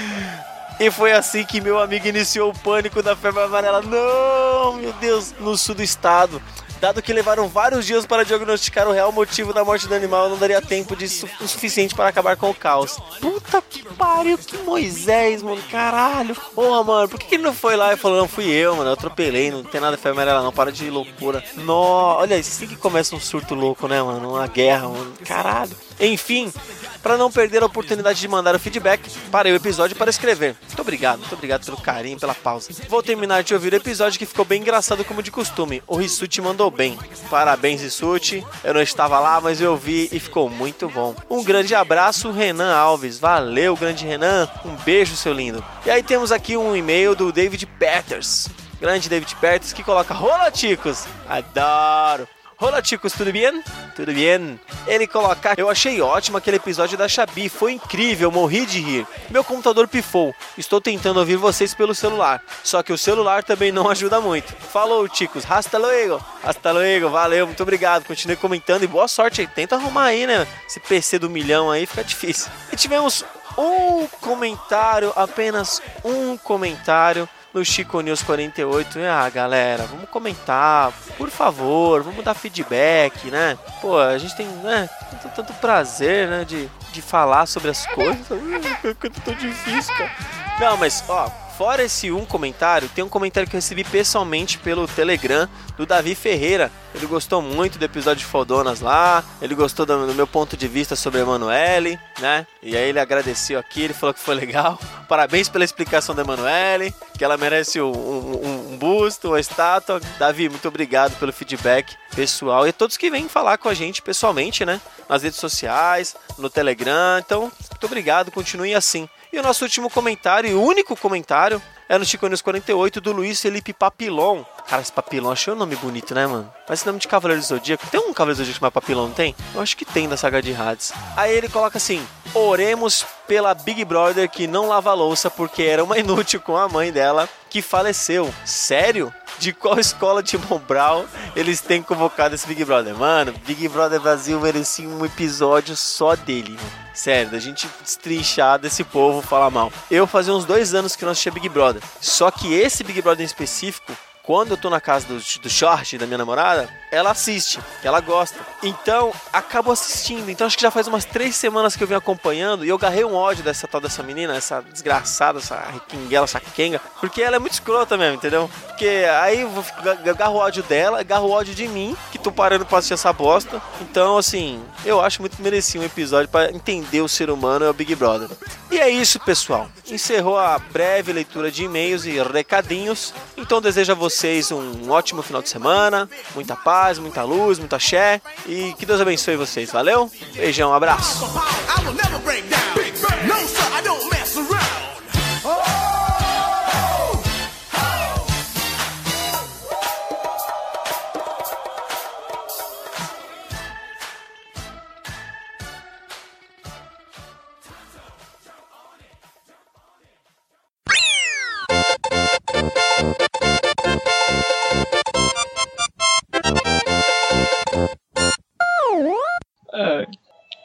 Speaker 2: E foi assim que meu amigo iniciou o pânico da febre amarela. Não, meu Deus, no sul do estado. Dado que levaram vários dias para diagnosticar o real motivo da morte do animal, não daria tempo de su- o suficiente para acabar com o caos. Puta que pariu, que Moisés, mano, caralho. Porra, mano, por que, que ele não foi lá e falou: não, fui eu, mano, eu atropelei, não tem nada de febre amarela não, para de loucura. Nó, olha, assim que começa um surto louco, né, mano, uma guerra, mano, caralho. Enfim, para não perder a oportunidade de mandar o feedback, parei o episódio para escrever. Muito obrigado, muito obrigado pelo carinho, pela pausa. Vou terminar de ouvir o episódio que ficou bem engraçado como de costume. O Rissuti mandou bem. Parabéns, Rissuti. Eu não estava lá, mas eu vi e ficou muito bom. Um grande abraço, Renan Alves. Valeu, grande Renan. Um beijo, seu lindo. E aí temos aqui um e-mail do David Peters. Grande David Peters, que coloca: rola, ticos. Adoro. Olá, chicos, tudo bem? Tudo bem? Ele coloca: eu achei ótimo aquele episódio da Xabi, foi incrível, morri de rir. Meu computador pifou, estou tentando ouvir vocês pelo celular, só que o celular também não ajuda muito. Falou, chicos, hasta luego, hasta luego, valeu, muito obrigado, continue comentando e boa sorte aí, tenta arrumar aí, né? Esse P C do milhão aí fica difícil. E tivemos um comentário, apenas um comentário no Chico News quarenta e oito. Ah, galera, vamos comentar, por favor, vamos dar feedback, né? Pô, a gente tem, né, tanto, tanto prazer, né, de, de falar sobre as coisas. É tão difícil, cara. Não, mas, ó, fora esse um comentário, tem um comentário que eu recebi pessoalmente pelo Telegram do Davi Ferreira. Ele gostou muito do episódio de Fodonas lá, ele gostou do, do meu ponto de vista sobre a Emanuele, né? E aí ele agradeceu aqui, ele falou que foi legal. Parabéns pela explicação da Emanuele, que ela merece um, um, um busto, uma estátua. Davi, muito obrigado pelo feedback pessoal e a todos que vêm falar com a gente pessoalmente, né? Nas redes sociais, no Telegram. Então, muito obrigado, continuem assim. E o nosso último comentário, e único comentário, é no Chico News quarenta e oito do Luiz Felipe Papilon. Cara, esse Papilon, achei um nome bonito, né, mano? Parece nome de Cavaleiro do Zodíaco. Tem um Cavaleiro do Zodíaco chamado Papilon, não tem? Eu acho que tem, da saga de Hades. Aí ele coloca assim: oremos pela Big Brother que não lava louça porque era uma inútil com a mãe dela que faleceu. Sério? De qual escola de Mobral eles têm convocado esse Big Brother? Mano, Big Brother Brasil merecia um episódio só dele, mano. Sério, da gente destrinchar desse povo falar mal. Eu fazia uns dois anos que não assistia Big Brother. Só que esse Big Brother em específico, quando eu tô na casa do, do short da minha namorada, ela assiste, ela gosta. Então, acabo assistindo. Então, acho que já faz umas três semanas que eu venho acompanhando e eu agarrei um ódio dessa tal dessa menina, essa desgraçada, essa requinguela, essa quenga, porque ela é muito escrota mesmo, entendeu? Porque aí eu, vou, eu agarro o ódio dela, agarro o ódio de mim, que tô parando pra assistir essa bosta. Então, assim, eu acho muito merecido um episódio pra entender o ser humano e o Big Brother. E é isso, pessoal. Encerrou a breve leitura de e-mails e recadinhos. Então, desejo a vocês um ótimo final de semana, muita paz, muita luz, muita axé e que Deus abençoe vocês, valeu? Beijão, um abraço.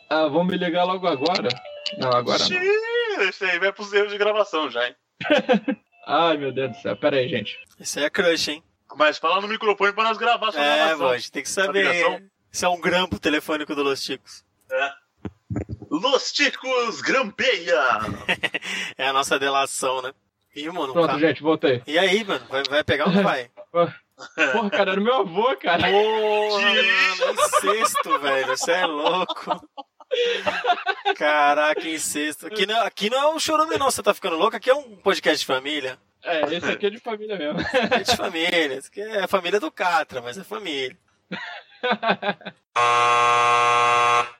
Speaker 6: Ah, vão me ligar logo agora? Não, agora não.
Speaker 1: Xiii, esse aí vai pros erros de gravação já, hein?
Speaker 6: Ai, meu Deus do céu. Pera aí, gente.
Speaker 2: Isso aí é crush, hein?
Speaker 1: Mas fala no microfone pra nós gravar sua
Speaker 2: É,
Speaker 1: gravação.
Speaker 2: a gente tem que saber. Isso é um grampo telefônico do Los Ticos.
Speaker 1: É. Los Ticos Grampeia!
Speaker 2: É a nossa delação, né? Ih, mano,
Speaker 6: Pronto,
Speaker 2: cara.
Speaker 6: gente, voltei.
Speaker 2: E aí, mano? Vai, vai pegar ou não vai?
Speaker 6: Porra, cara, era meu avô, cara.
Speaker 2: Porra, mano, incesto, velho. Você é louco. Caraca, incesto. Aqui não, aqui não é um chorume, não. Você tá ficando louco? Aqui é um podcast de família.
Speaker 6: É, esse aqui é de família mesmo.
Speaker 2: É de família. Esse aqui é a família do Catra, mas é família.